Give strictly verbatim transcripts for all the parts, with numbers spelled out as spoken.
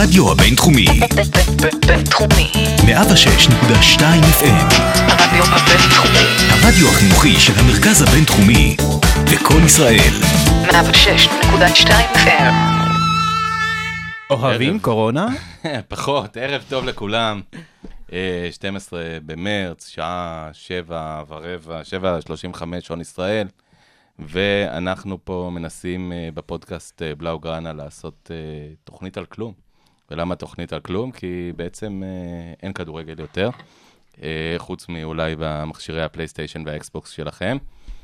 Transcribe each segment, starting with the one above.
הרדיו הבינתחומי. בינתחומי. מאה ושש נקודה שתיים אף אם. הרדיו הבינתחומי. הרדיו החינוכי של המרכז הבינתחומי. לקול ישראל. מאה ושש נקודה שתיים אף אם. אוהבים קורונה? פחות, ערב טוב לכולם. שתים עשרה במרץ, שעה שבע ורבע, שבע שלושים וחמש, שעון ישראל. ואנחנו פה מנסים בפודקאסט בלאוגרנה לעשות תוכנית על כלום. ולמה תוכנית על כלום? כי בעצם אין כדורגל יותר, חוץ מאולי במכשירי הפלייסטיישן והאקסבוקס שלכם.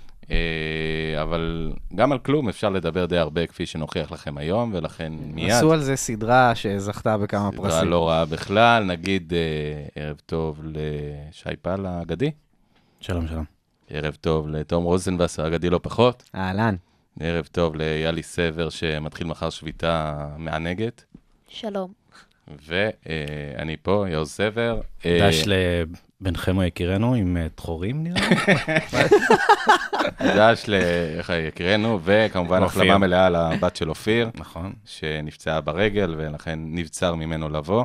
אבל גם על כלום אפשר לדבר די הרבה, כפי שנוכיח לכם היום, ולכן מיד. עשו על זה סדרה שזכתה בכמה פרסים. סדרה לא רעה בכלל, נגיד ערב טוב לשי פל האגדי. שלום, שלום. ערב טוב לתום רוזנבסר, אגדי לא פחות. אהלן. ערב טוב ליאלי סבר, שמתחיל מחר שביתה מענגת. שלום. ואני פה, יוז סבר. דש לבנכם היקירנו עם תחורים, נראה? דש ליקירנו, וכמובן החלמה מלאה לבת של אופיר. נכון. שנפצעה ברגל, ולכן נבצר ממנו לבוא.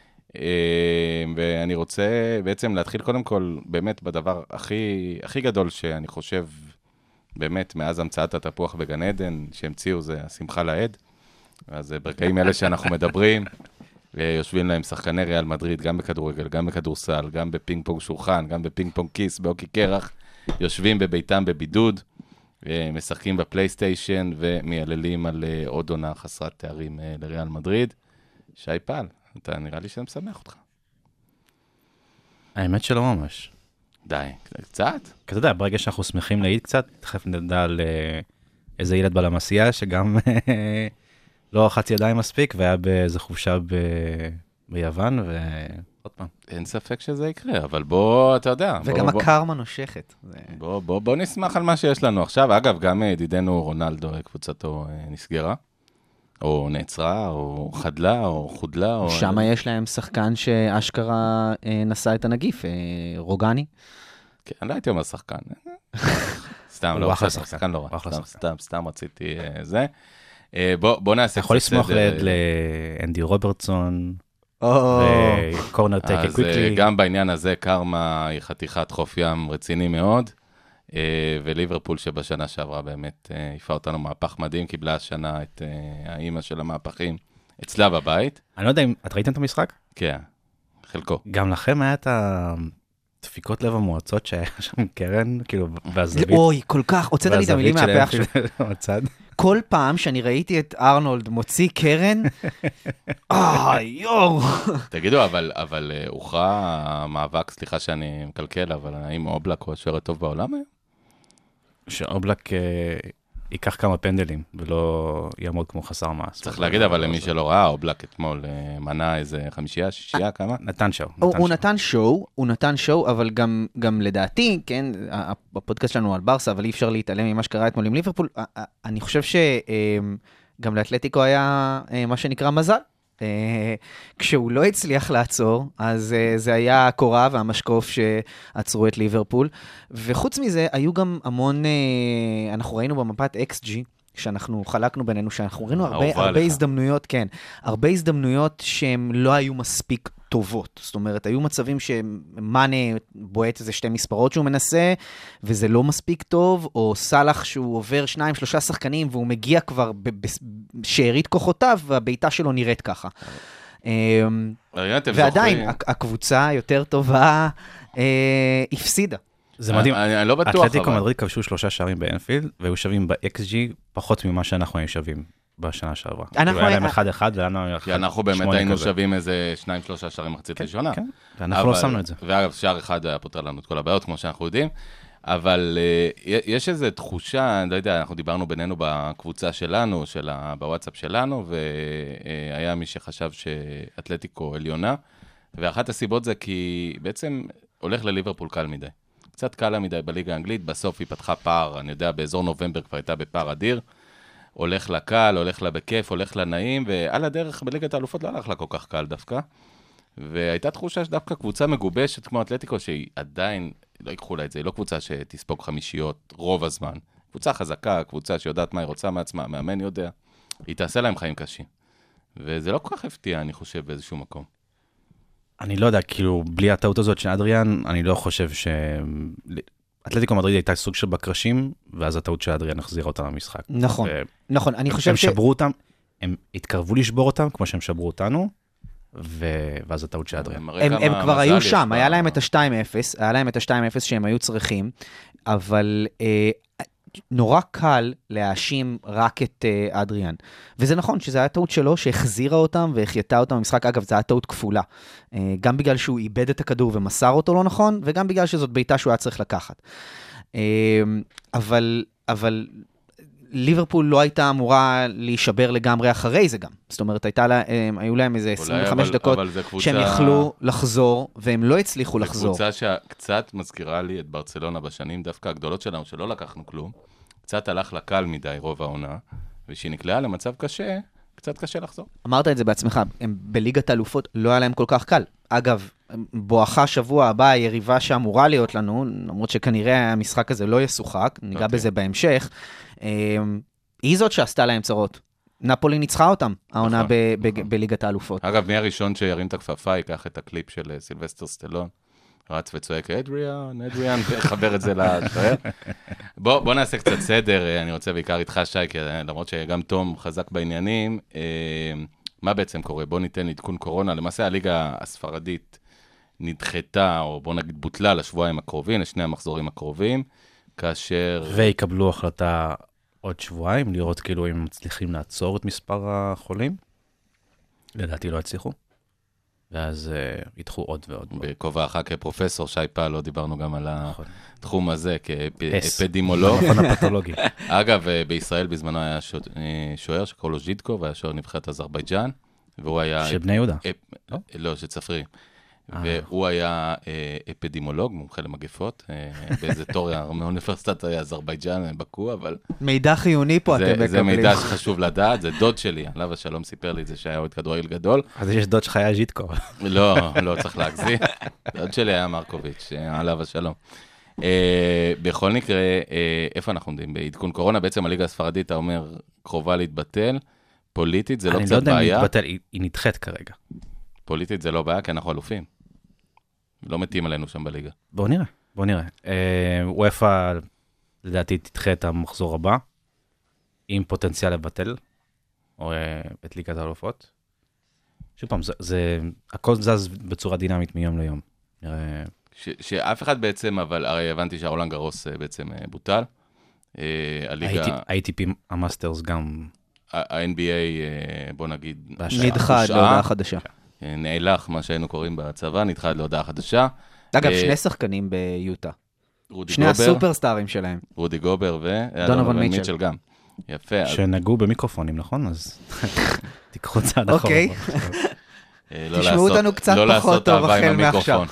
ואני רוצה בעצם להתחיל קודם כל באמת בדבר הכי, הכי גדול שאני חושב באמת מאז המצאת התפוח בגן עדן שהמציאו, זה השמחה לעד. אז ברגעים אלה שאנחנו מדברים, ויושבים להם שחקני ריאל מדריד, גם בכדורגל, גם בכדורסל, גם בפינג פונג שולחן, גם בפינג פונג כיס, באוקי קרח, יושבים בביתם בבידוד, משחקים בפלייסטיישן ומייללים על עוד עונה חסרת תארים לריאל מדריד. שי פל, אתה נראה לי שאני משמח אותך. האמת שלא ממש. די, קצת? כי אתה יודע, ברגע שאנחנו שמחים להעיד קצת, תכף נדע על איזה ילד בלמסייה, שגם לא חצי ידיים מספיק, והיה באיזו חופשה ביוון, ועוד פעם. אין ספק שזה יקרה, אבל בוא, אתה יודע. וגם הקרמה נושכת. בוא, בוא, בוא נשמח על מה שיש לנו עכשיו. אגב, גם ידידנו רונלדו, קבוצתו נסגרה. או נעצרה, או חדלה, או חודלה. או... שם יש להם שחקן שאשכרה נשא את הנגיף, רוגני. כן, אני לא הייתי אומר שחקן. סתם, לא, שחקן לא רע. סתם, סתם רציתי זה. בוא נעשה... יכול לשמוח לאנדי רוברטסון, וקורנר טקה קוויקלי. אז גם בעניין הזה, קרמה היא חתיכת חוף ים רציני מאוד. וליברפול שבשנה שעברה באמת היפה אותנו מהפך מדהים, קיבלה השנה את האימא של המהפכים אצלה בבית. אני לא יודע אם, את ראיתם את המשחק? כן, חלקו. גם לכם היה את הדפיקות לב המועצות שהיה שם קרן, כאילו, והזווית. אוי, כל כך, הוצאת לי את המילים מהפה עכשיו. מצד. כל פעם שאני ראיתי את ארנולד מוציא קרן, אה, יור. תגידו, אבל הוכרע המאבק, סליחה שאני מקלקל, אבל האם אובלק הוא השוער הטוב בעולם היום? שאובלק ייקח כמה פנדלים, ולא יעמוד כמו חסר מעש. צריך להגיד, אבל למי שלא ראה, אובלק אתמול מנה איזה חמישייה, שישייה, כמה? נתן שואו. הוא נתן שואו, הוא נתן שואו, אבל גם לדעתי, כן, הפודקאסט שלנו על ברסה, אבל אי אפשר להתעלם ממה שקרה אתמול עם ליברפול, אני חושב שגם לאתלטיקו היה מה שנקרא מזל. כשהוא לא הצליח לעצור, אז זה היה הקורה והמשקוף שעצרו את ליברפול, וחוץ מזה היו גם המון, אנחנו ראינו במפת אקס ג'י, שאנחנו חלקנו בינינו, שאנחנו ראינו הרבה, הרבה הזדמנויות, כן, הרבה הזדמנויות שהן לא היו מספיק טובות, זאת אומרת, היו מצבים שמאנה בועט איזה שתי מספרות שהוא מנסה, וזה לא מספיק טוב, או סלח שהוא עובר שניים, שלושה שחקנים, והוא מגיע כבר בשארית כוחותיו, והביתה שלו נראית ככה. ועדיין, הקבוצה היותר טובה הפסידה. זה מדהים. אני לא בטוח, אבל... אתלטיקו מדריד כבשו שלושה שערים באנפילד, והיו שווים ב-אקס ג'י פחות ממה שאנחנו היינו שווים בשנה שעברה. אנחנו... היה להם אחד אחד, ולנו היה כי אנחנו באמת היינו שווים איזה שניים, שלושה שערים מחצית ראשונה. כן, ואנחנו לא שמנו את זה. ואגב, שער אחד היה פותר לנו את כל הבעיות, כמו שאנחנו יודעים. אבל יש איזו תחושה, אני לא יודע, אנחנו דיברנו בינינו בקבוצה שלנו, בוואטסאפ שלנו, והיה מי שחשב שאתלטיקו עליונה, ואחת הסיבות זה כי בעצם הולך לליברפול קל מדי. קצת קלה מדי בליגה האנגלית, בסוף היא פתחה פער, אני יודע, באזור נובמבר כבר הייתה בפער אדיר, הולך לה קל, הולך לה בכיף, הולך לה נעים, ועל הדרך בליגת האלופות לא הלך לה כל כך קל דווקא, והייתה תחושה שדווקא קבוצה מגובשת כמו אתלטיקו, שהיא עדיין, לא ייקחו לה את זה, היא לא קבוצה שתספוג חמישיות רוב הזמן, קבוצה חזקה, קבוצה שיודעת מה היא רוצה מעצמה, מאמן יודע, היא תעשה להם חיים קשים. וזה לא כל כך הפתיע, אני חושב, באיזשהו מקום. אני לא יודע, כאילו, בלי הטעות הזאת של אדריאן, אני לא חושב ש... אתלטיקו מדריד הייתה סוג של בקרשים, ואז הטעות של אדריאן החזירה אותם למשחק. נכון, ו... נכון, אני חושב הם ש... הם שברו אותם, הם התקרבו לשבור אותם, כמו שהם שברו אותנו, ו... ואז הטעות של אדריאן. הם, הם כבר היו שם, היה להם את ה-שתיים אפס, היה להם את ה-שתיים אפס שהם היו צריכים, אבל אה, נורא קל להאשים רק את אה, אדריאן. וזה נכון שזה היה טעות שלו, שהחזירה אותם והחייתה אותם במשחק. אגב, זה היה טעות כפולה. אה, גם בגלל שהוא איבד את הכדור ומסר אותו לא נכון, וגם בגלל שזאת ביתה שהוא היה צריך לקחת. אה, אבל, אבל ליברפול לא הייתה אמורה להישבר לגמרי אחרי זה גם. זאת אומרת, הייתה לה, הם, היו להם איזה עשרים וחמש אבל, דקות אבל קבוצה... שהם יכלו לחזור, והם לא הצליחו זה לחזור. זה קבוצה שקצת מזכירה לי את ברצלונה בשנים, דווקא הגדולות שלנו, שלא לקחנו כלום, קצת הלך לקל מדי רוב העונה, ושהיא נקלעה למצב קשה, קצת קשה לחזור. אמרת את זה בעצמך, הם בליגת האלופות לא היה להם כל כך קל. אגב, בואכה שבוע הבא, היריבה שאמורה להיות לנו, למרות שכנראה המשחק הזה לא ישוחק, ניגע okay. בזה בהמשך, היא זאת שעשתה להם צרות. נפולי ניצחה אותם, העונה נכון, ב- נכון. ב- בליגת האלופות. אגב, מי הראשון שירים את הכפפה, ייקח את הקליפ של סילבסטר סטלון, רץ וצועק, אדריאן, אדריאן, וחבר את זה לשוער. בוא, בוא נעשה קצת סדר, אני רוצה בעיקר איתך שי, כי למרות שגם תום חזק בעניינים, מה בעצם קורה? בוא ניתן עדכון קורונה, למעשה הליגה הספרדית נדחתה, או בוא נגיד בוטלה לשבועיים הקרובים, לשני המחזורים הקרובים, כאשר... ויקבלו החלטה עוד שבועיים, לראות כאילו אם מצליחים לעצור את מספר החולים. לדעתי לא הצליחו. ואז uh, ידחו עוד ועוד. בכובעך כפרופסור שי פעל, לא דיברנו גם על התחום הזה, כאפידמיולוג. נכון, הפתולוגי. אגב, בישראל בזמנו היה שוער שקראו לו ז'ידקו, והיה שוער נבחרת אזרבייג'אן, והוא היה... של בני יהודה? לא, של צפרי. והוא היה אפידמיולוג, מומחה למגפות, באיזה תיאוריה מאוניברסיטת אזרבייג'אן, בקו, אבל... מידע חיוני פה אתם מקבלים. זה מידע שחשוב לדעת, זה דוד שלי, עליו השלום סיפר לי את זה שהיה עוד כדורגל גדול. אז יש דוד שלך היה ז'יטקו. לא, לא צריך להגזים. דוד שלי היה מרקוביץ', עליו השלום. בכל מקרה, איפה אנחנו עומדים? בעדכון קורונה, בעצם הליגה הספרדית, אתה אומר, קרובה להתבטל, פוליטית, זה לא קצת בעיה. אני לא יודע אם להתבטל, היא נדחת כרגע. פוליטית זה לא בעיה, כי אנחנו אלופים. לא מתים עלינו שם בליגה. בואו נראה, בואו נראה. וופא, לדעתי, תדחה את המחזור הבא, עם פוטנציאל לבטל, או את ליגת האלופות. שוב פעם, זה, הכל זז בצורה דינמית מיום ליום. נראה... ש, שאף אחד בעצם, אבל הרי הבנתי שהרולנד גרוס בעצם בוטל. ה-איי טי פי המאסטרס גם... ה-אן בי איי, בוא נגיד... נדחה להודעה חדשה. נעלך, מה שהיינו קוראים בצבא, נדחה להודעה חדשה. אגב, שני שחקנים ביוטה. רודי שני גובר. הסופרסטארים שלהם. רודי גובר ו... דונובל מיטשל גם. יפה. שנגעו במיקרופונים, נכון? אז תיקחו צעד אחורה. אוקיי. תשמעו אותנו קצת פחות טוב החל מעכשיו.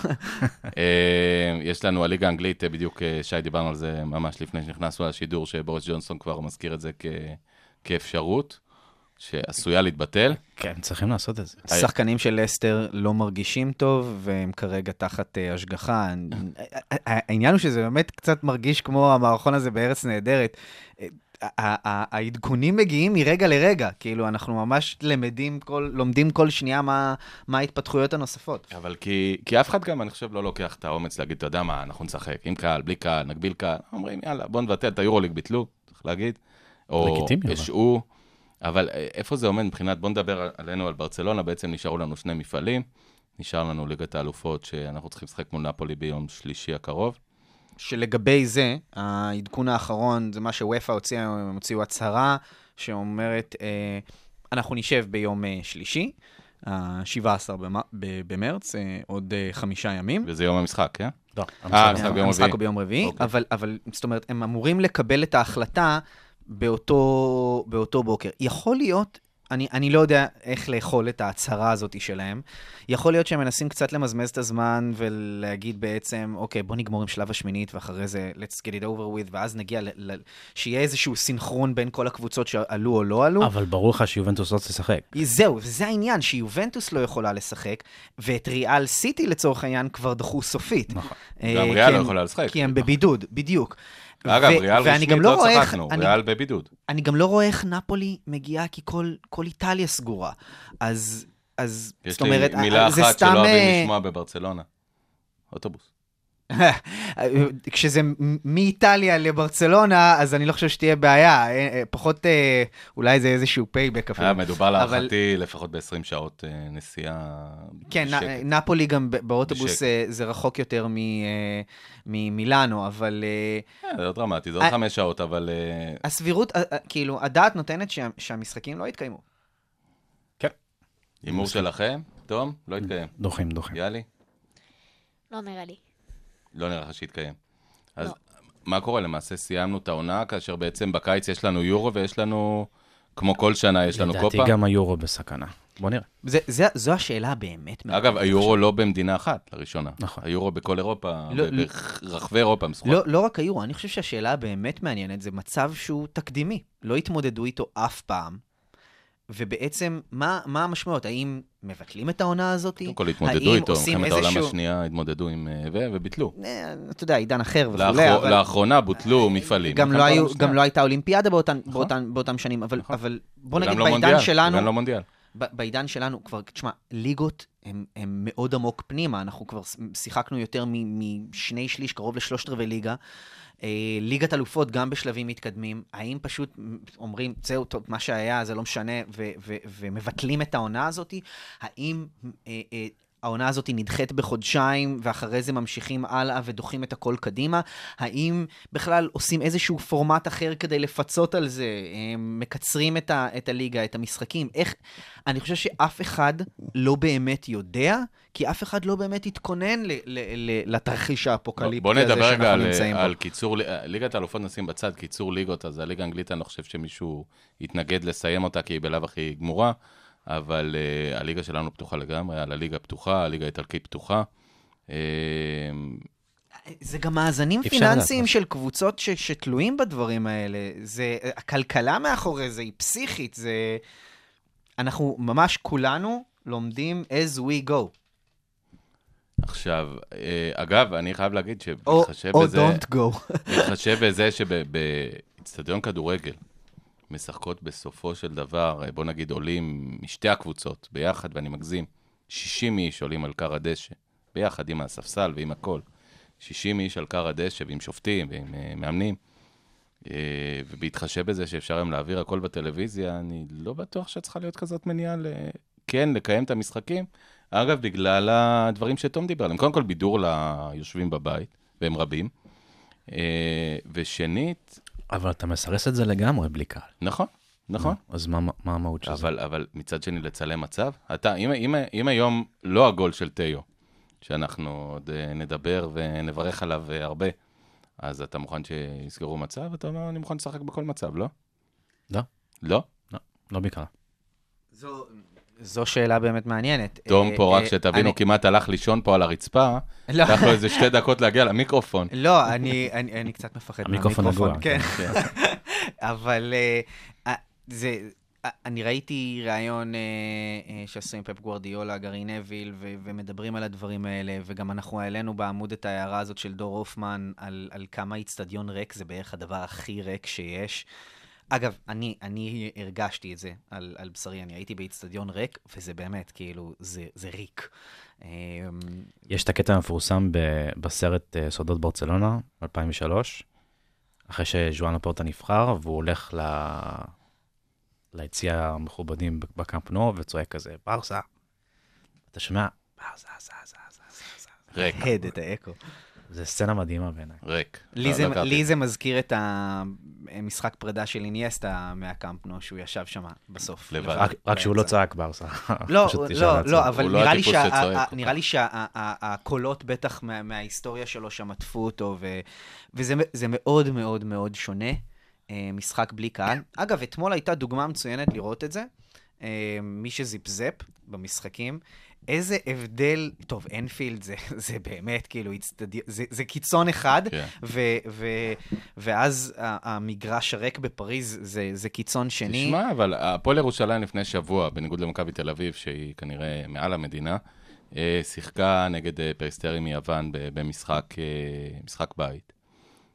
יש לנו הליגה האנגלית, בדיוק שי דיברנו על זה ממש לפני שנכנסנו לשידור, שבוריס ג'ונסון כבר מזכיר את זה כאפשרות. שעשויה להתבטל. כן, צריכים לעשות את זה. שחקנים של לסטר לא מרגישים טוב, והם כרגע תחת השגחה. העניין הוא שזה באמת קצת מרגיש כמו המערכון הזה בארץ נהדרת. העדכונים מגיעים מרגע לרגע, כאילו אנחנו ממש למדים כל, לומדים כל שנייה מה, מה ההתפתחויות הנוספות. אבל כי, כי אף אחד גם, אני חושב, לא לוקח את האומץ להגיד, אתה יודע מה, אנחנו נשחק, עם קהל, בלי קהל, נגביל קהל, אומרים, יאללה, בוא נבטל את היורוליג ביטלו, צריך להגיד, או השעו, אבל איפה זה עומד מבחינת, בוא נדבר עלינו על ברצלונה, בעצם נשארו לנו שני מפעלים, נשאר לנו ליגת האלופות, שאנחנו צריכים לשחק מול נפולי ביום שלישי הקרוב. שלגבי זה, העדכון האחרון, זה מה שוופא הוציאו, הם הוציאו הצהרה, שאומרת, אה, אנחנו נשב ביום אה, שלישי, ה-שבעה עשר במרץ, אה, עוד אה, חמישה ימים. וזה יום המשחק, כן? לא, אה, המשחק ביום רביעי. המשחק הוא ביום רביעי, אוקיי. אבל, אבל, זאת אומרת, הם אמורים לקבל את ההחלטה באותו, באותו בוקר. יכול להיות, אני, אני לא יודע איך לאכול את ההצהרה הזאת שלהם. יכול להיות שהם מנסים קצת למזמז את הזמן ולהגיד בעצם, אוקיי, בוא נגמור עם שלב השמינית, ואחרי זה, let's get it over with, ואז נגיע, ל, ל, שיהיה איזשהו סינכרון בין כל הקבוצות שעלו או לא עלו. אבל ברור לך שיובנטוס לא תשחק. זהו, זה העניין, שיובנטוס לא יכולה לשחק, ואת ריאל סיטי לצורך העניין כבר דחו סופית. נכון. גם ריאל לא יכולה לשחק. כי הם בבידוד, בדיוק. אגב, ו- ריאל ואני רשמית גם לא לא רואה איך- צחקנו, אני- ריאל בבידוד. אני גם לא רואה איך נפולי מגיעה, כי כל, כל איטליה סגורה. אז, אז יש זאת אומרת, לי מילה זה אחת סתם, שלא אה, אוהבים לשמוע בברצלונה. אוטובוס. כשזה מ- מאיטליה לברצלונה, אז אני לא חושב שתהיה בעיה. אה, אה, פחות, אה, אולי זה איזשהו פייבק אפילו. היה מדובר אבל- להערכתי לפחות ב-עשרים שעות אה, נסיעה כן, בשקט. נ- נפולי גם ב- באוטובוס בשקט. אה, זה רחוק יותר מ- אה, ממילאנו, אבל אה, אה, זה לא דרמטי, זה עוד אה, חמש שעות, אבל... אה, הסבירות, אה, אה, כאילו, הדעת נותנת שה- שהמשחקים לא יתקיימו. הימור שלכם? תום? לא יתקיים. דוחים, דוחים. יאלי? לא נראה לי. לא נראה לך שיתקיים. אז לא. מה קורה? למעשה סיימנו את העונה, כאשר בעצם בקיץ יש לנו יורו ויש לנו, כמו כל שנה, יש לנו לדעתי קופה. גם היורו בסכנה. בוא נראה. זה- זה- זו השאלה באמת. אגב, היורו לא במדינה אחת, לראשונה. נכון. היורו בכל אירופה, לא- ב- ברחבי אירופה משוחק. לא, לא רק היורו, אני חושב שהשאלה הבאמת מעניינת, זה מצב שהוא תקדימי. לא התמודדו איתו אף פעם. ובעצם, מה, מה המשמעות? האם מבטלים את העונה הזאת? קודם כל התמודדו האם איתו, עושים מלחמת העולם איזשהו- השנייה התמודדו עם... אה, ו- וביטלו. אה, אתה יודע, עידן אחר וכו', לאחר- אבל לאחרונה בוטלו מפעלים. גם לא, מלחמת היו, העולם השנייה. גם לא הייתה אולימפיאדה באותן, נכון. באותן, באותם שנים, אבל, נכון. אבל בוא וגם נגיד לא בעידן מונדיאל, שלנו, וגם לא מונדיאל. ב- בעידן שלנו כבר, תשמע, ליגות הם, הם מאוד עמוק פנימה, אנחנו כבר שיחקנו יותר מ- משני שליש, קרוב לשלושת רבעי ליגה, אה, ליגת אלופות גם בשלבים מתקדמים, האם פשוט אומרים, זהו, טוב, מה שהיה, זה לא משנה, ו- ו- ומבטלים את העונה הזאת? האם אה, אה, העונה הזאת נדחית בחודשיים, ואחרי זה ממשיכים הלאה ודוחים את הכל קדימה? האם בכלל עושים איזשהו פורמט אחר כדי לפצות על זה? הם מקצרים את, ה- את הליגה, את המשחקים? איך? אני חושב שאף אחד לא באמת יודע, כי אף אחד לא באמת התכונן ל- ל- ל- לתרחיש האפוקליפטי בוא הזה נדבר רגע שאנחנו על, נמצאים בו. על קיצור, ליגת האלופות נשים בצד, קיצור ליגות, אז הליגה האנגלית אני לא חושב שמישהו יתנגד לסיים אותה, כי היא בלאו הכי גמורה, אבל uh, הליגה שלנו פתוחה לגמרי, הליגה פתוחה, הליגה האיטלקית פתוחה. Uh, זה גם מאזנים אפשר לדעת, פיננסיים מה? של קבוצות ש- שתלויים בדברים האלה. זה, הכלכלה מאחורי זה היא פסיכית, זה... אנחנו ממש כולנו לומדים as we go. עכשיו, uh, אגב, אני חייב להגיד או, שבהתחשב או בזה, don't go. בהתחשב בזה שבאצטדיון כדורגל משחקות בסופו של דבר, בוא נגיד עולים משתי הקבוצות ביחד, ואני מגזים, שישים איש עולים על קר הדשא, ביחד עם הספסל ועם הכל. שישים איש על קר הדשא ועם שופטים ועם uh, מאמנים. Uh, ובהתחשב בזה שאפשר היום להעביר הכל בטלוויזיה, אני לא בטוח שצריכה להיות כזאת מניעה ל... כן, לקיים את המשחקים. אגב, בגלל הדברים שתום דיבר עליהם. קודם כל, בידור ליושבים בבית, והם רבים. Uh, ושנית, אבל אתה מסרס את זה לגמרי בלי קהל. נכון, נכון. אז מה מה המהות של זה? אבל, אבל מצד שני לצלם מצב, אתה, אם, אם, אם היום לא הגול של תיו, שאנחנו עוד uh, נדבר ונברך עליו uh, הרבה, אז אתה מוכן שיסגרו מצב? אתה אומר, אני מוכן לשחק בכל מצב, לא? לא. לא? לא, לא בעיקר. זו, זו שאלה באמת מעניינת. תום אה, פה, רק אה, שתבינו, אני- כמעט הלך לישון פה על הרצפה, לא. לקח לו איזה שתי דקות להגיע למיקרופון. לא, אני, אני, אני קצת מפחד המיקרופון מהמיקרופון, נגוע, כן. כן. אבל אה, אה, זה, אה, אני ראיתי ראיון אה, אה, שעשו עם פפ גוארדיולה, גארי נביל, ו- ומדברים על הדברים האלה, וגם אנחנו העלינו בעמוד את ההערה הזאת של דור הופמן, על, על כמה איצטדיון ריק, זה בערך הדבר הכי ריק שיש. אגב, אני, אני הרגשתי את זה על, על בשרי, אני הייתי באיצטדיון ריק, וזה באמת, כאילו, זה, זה ריק. אה, יש את הקטע המפורסם ב- בסרט אה, סודות ברצלונה, אלפיים ושלוש, אחרי שז'ואן לפורטה נבחר, והוא הולך ל... ליציע המכובדים בקאמפ נו, וצועק כזה, ברסה. אתה שומע? ברסה, זה, זה, זה, זה, זה. ריק, הד את האקו. זה סצנה מדהימה בעיניי. ריק. לי לא- זה, לא הכרתי. לי זה מזכיר את המשחק פרידה של אינייסטה מהקמפנו, שהוא ישב שם בסוף. לבד. רק- רק שהוא לא באמצע. צעק ברסה. לא, פשוט תשאל לא, לעצמו. לא, אבל הוא לא נראה לי הטיפוס שה- שצועק ה- כל נראה כך. לי שהקולות בטח מה- מההיסטוריה שלו שם עטפו אותו, ו- וזה זה מאוד מאוד מאוד שונה, אה, משחק בלי קהל. אגב, אתמול הייתה דוגמה מצוינת לראות את זה, אה, מי שזיפזפ במשחקים, איזה הבדל, טוב, אנפילד זה, זה באמת כאילו, הצטדי- זה, זה קיצון אחד, כן. ו, ו, ואז ה- המגרש הריק בפריז זה, זה קיצון שני. תשמע, אבל הפועל ירושלים לפני שבוע, בניגוד למכבי תל אביב, שהיא כנראה מעל המדינה, אה, שיחקה נגד אה, פריסטרי מיוון ב- במשחק אה, משחק בית.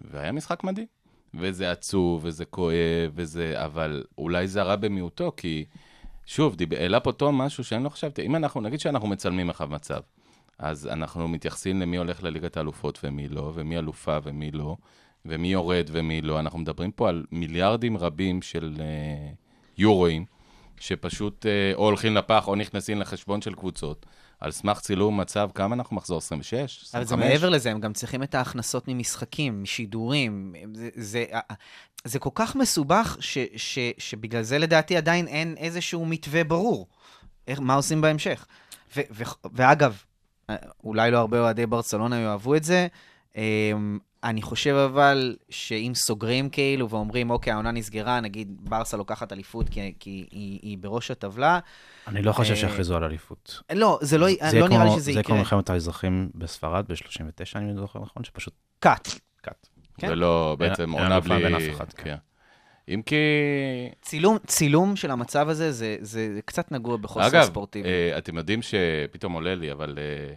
והיה משחק מדהים. וזה עצוב, וזה כואב, וזה, אבל אולי זה הרע במיעוטו, כי שוב, העלה פה תום משהו שאני לא חשבתי, אם אנחנו, נגיד שאנחנו מצלמים אחר מצב, אז אנחנו מתייחסים למי הולך לליגת האלופות ומי לא, ומי אלופה ומי לא, ומי יורד ומי לא. אנחנו מדברים פה על מיליארדים רבים של uh, יורואים, שפשוט uh, או הולכים לפח או נכנסים לחשבון של קבוצות. על סמך צילום מצב, כמה אנחנו מחזור? עשרים ושש? עשרים וחמש? אבל זה מעבר לזה, הם גם צריכים את ההכנסות ממשחקים, משידורים. זה, זה, זה כל כך מסובך, ש, ש, שבגלל זה לדעתי עדיין אין איזשהו מתווה ברור. איך, מה עושים בהמשך? ו, ו, ואגב, אולי לא הרבה אוהדי ברצלונה יאהבו את זה, אני חושב אבל שאם סוגרים כאילו ואומרים, אוקיי, העונה נסגרה, נגיד ברסה לוקחת אליפות כי, כי היא, היא בראש הטבלה. אני לא חושב שיכריזו על אליפות. לא, זה לא, לא נראה לי שזה יקרה. זה כמו מלחמת האזרחים בספרד ב-שלושים ותשע, אני זוכר נכון, שפשוט קאט. קאט. ולא בעצם עונה בלי... כן. אם כי... צילום, צילום של המצב הזה, זה, זה קצת נגוע בחוסר ספורטיבי. אגב, אתם יודעים שפתאום עולה לי, אבל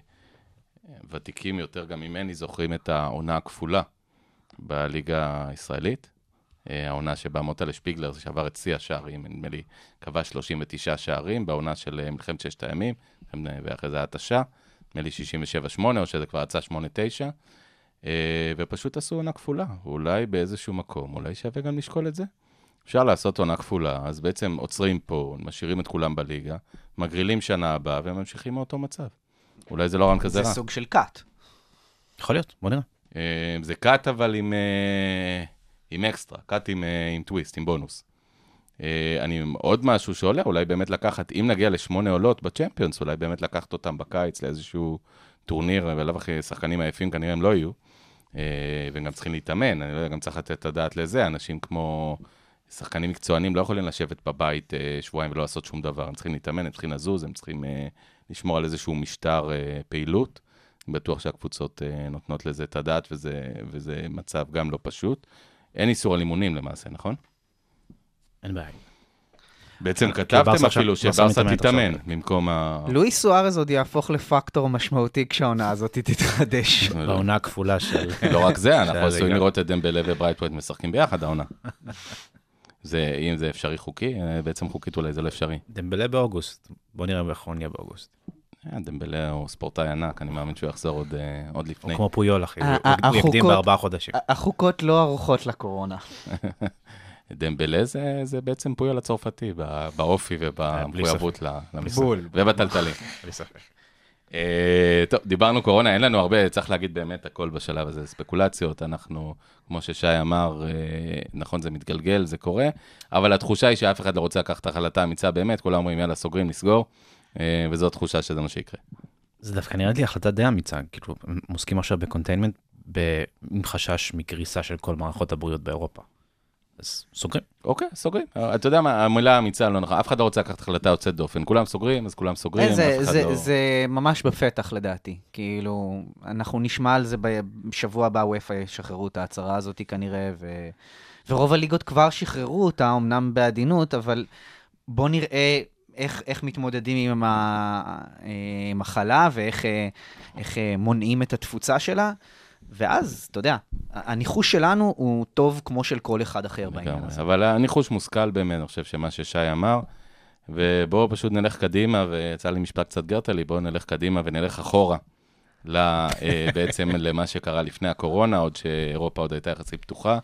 ותיקים יותר גם ממני זוכרים את העונה הכפולה בליגה הישראלית. העונה שבה מוטה לשפיגלר, שעבר את שיא השערים, נדמה לי, קבע שלושים ותשעה שערים, בעונה של מלחמת ששת הימים, ואחרי זה התשה, נדמה לי שישים ושבע שמונה, או שזה כבר יצא שמונה תשע, ופשוט עשו עונה כפולה. אולי באיזשהו מקום, אולי שווה גם לשקול את זה. אפשר לעשות עונה כפולה, אז בעצם עוצרים פה, משאירים את כולם בליגה, מגרילים שנה הבאה, וממשיכים מאותו מצב. אולי זה לא רן כזה רע. זה סוג של קאט. יכול להיות, בוא נראה. זה קאט אבל עם... עם אקסטרה, קאט עם, עם טוויסט, עם בונוס. אני, עוד משהו שעולה, אולי באמת לקחת, אם נגיע לשמונה עולות בצ'מפיונס, אולי באמת לקחת אותם בקיץ לאיזשהו טורניר, ולאו אחרי שחקנים עייפים כנראה הם לא יהיו, והם גם צריכים להתאמן, אני לא יודע, גם צריך לתת את הדעת לזה, אנשים כמו שחקנים מקצוענים לא יכולים לשבת בבית שבועיים ולא לעשות שום דבר, הם צריכים להתאמן, הם צריכים לזוז, הם צריכים לשמור על איזשהו משטר פעילות, אני בטוח שהקבוצות נותנות לזה את הדעת, וזה, וזה מצב גם לא פשוט. אין איסור על אימונים למעשה, נכון? אין בעיה. בעצם כתבתם אפילו שברסה תתאמן במקום ה... לואיס סוארז עוד יהפוך לפקטור משמעותי כשהעונה הזאת תתחדש. בעונה הכפולה של... לא רק זה, אנחנו עשויים לראות את דמבלה וברייטווייט משחקים ביחד העונה. אם זה אפשרי חוקי, בעצם חוקית אולי זה לא אפשרי. דמבלה באוגוסט. בוא נראה באחרון יהיה באוגוסט. דמבלה הוא ספורטאי ענק, אני מאמין שהוא יחזור עוד לפני. או כמו פויול, אחי. הוא יקדים בארבעה חודשים. החוקות לא ערוכות לקורונה. דמבלה זה, זה בעצם פויול הצרפתי, באופי ובמחויבות למשחק. בול. ובטלטלים. בלי ספק. טוב, דיברנו קורונה, אין לנו הרבה, צריך להגיד באמת הכל בשלב הזה, ספקולציות, אנחנו, כמו ששי אמר, נכון, זה מתגלגל, זה קורה, אבל התחושה היא שאף אחד לא רוצה לקחת החלטה אמיצה באמת, כולם אומרים, יאללה, סוגרים, נסגור, וזו התחושה שזה מה שיקרה. זה דווקא נראה לי החלטה די אמיצה, כאילו, מוסקים עכשיו בקונטיינמנט, עם חשש מקריסה של כל מערכות הבריאות באירופה. אז סוגרים. אוקיי, סוגרים. אתה יודע מה, המילה האמיצה לא נכון, אף אחד לא רוצה לקחת החלטה יוצאת דופן, כולם סוגרים, אז כולם סוגרים, אף אחד לא... זה ממש בפתח לדעתי, כאילו, אנחנו נשמע על זה בשבוע הבא, וופא ישחררו את ההצהרה הזאת כנראה, ורוב הליגות כבר שחררו אותה, אמנם בעדינות, אבל בוא נראה איך, איך מתמודדים עם המחלה, ואיך איך מונעים את התפוצה שלה, ואז, אתה יודע, הניחוש שלנו הוא טוב כמו של כל אחד אחר בעניין הזה. אבל הניחוש מושכל באמת, אני חושב שמה ששי אמר, ובואו פשוט נלך קדימה, ויצא לי משפט קצת גרטלי, בואו נלך קדימה ונלך אחורה, בעצם למה שקרה לפני הקורונה, עוד שאירופה עוד הייתה יחסית פתוחה,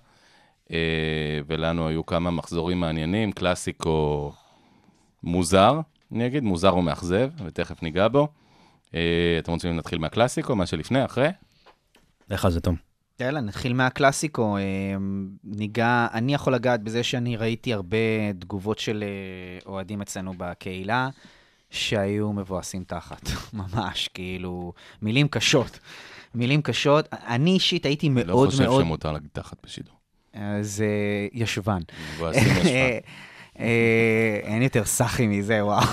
ולנו היו כמה מחזורים מעניינים, קלאסיקו מוזר, אני אגיד, מוזר ומאכזב, ותכף ניגע בו. אתם רוצים להתחיל מהקלאסיקו, מה שלפני, אחרי? לך זה טוב. יאללה, נתחיל מהקלאסיקו. ניגע, אני יכול לגעת בזה שאני ראיתי הרבה תגובות של אוהדים אצלנו בקהילה, שהיו מבואסים תחת, ממש, כאילו, מילים קשות. מילים קשות. אני אישית הייתי מאוד מאוד... לא חושב שמותר להגיד תחת בשידור. זה ישבן. מבואסים ישבן. אין יותר סחי מזה, וואו.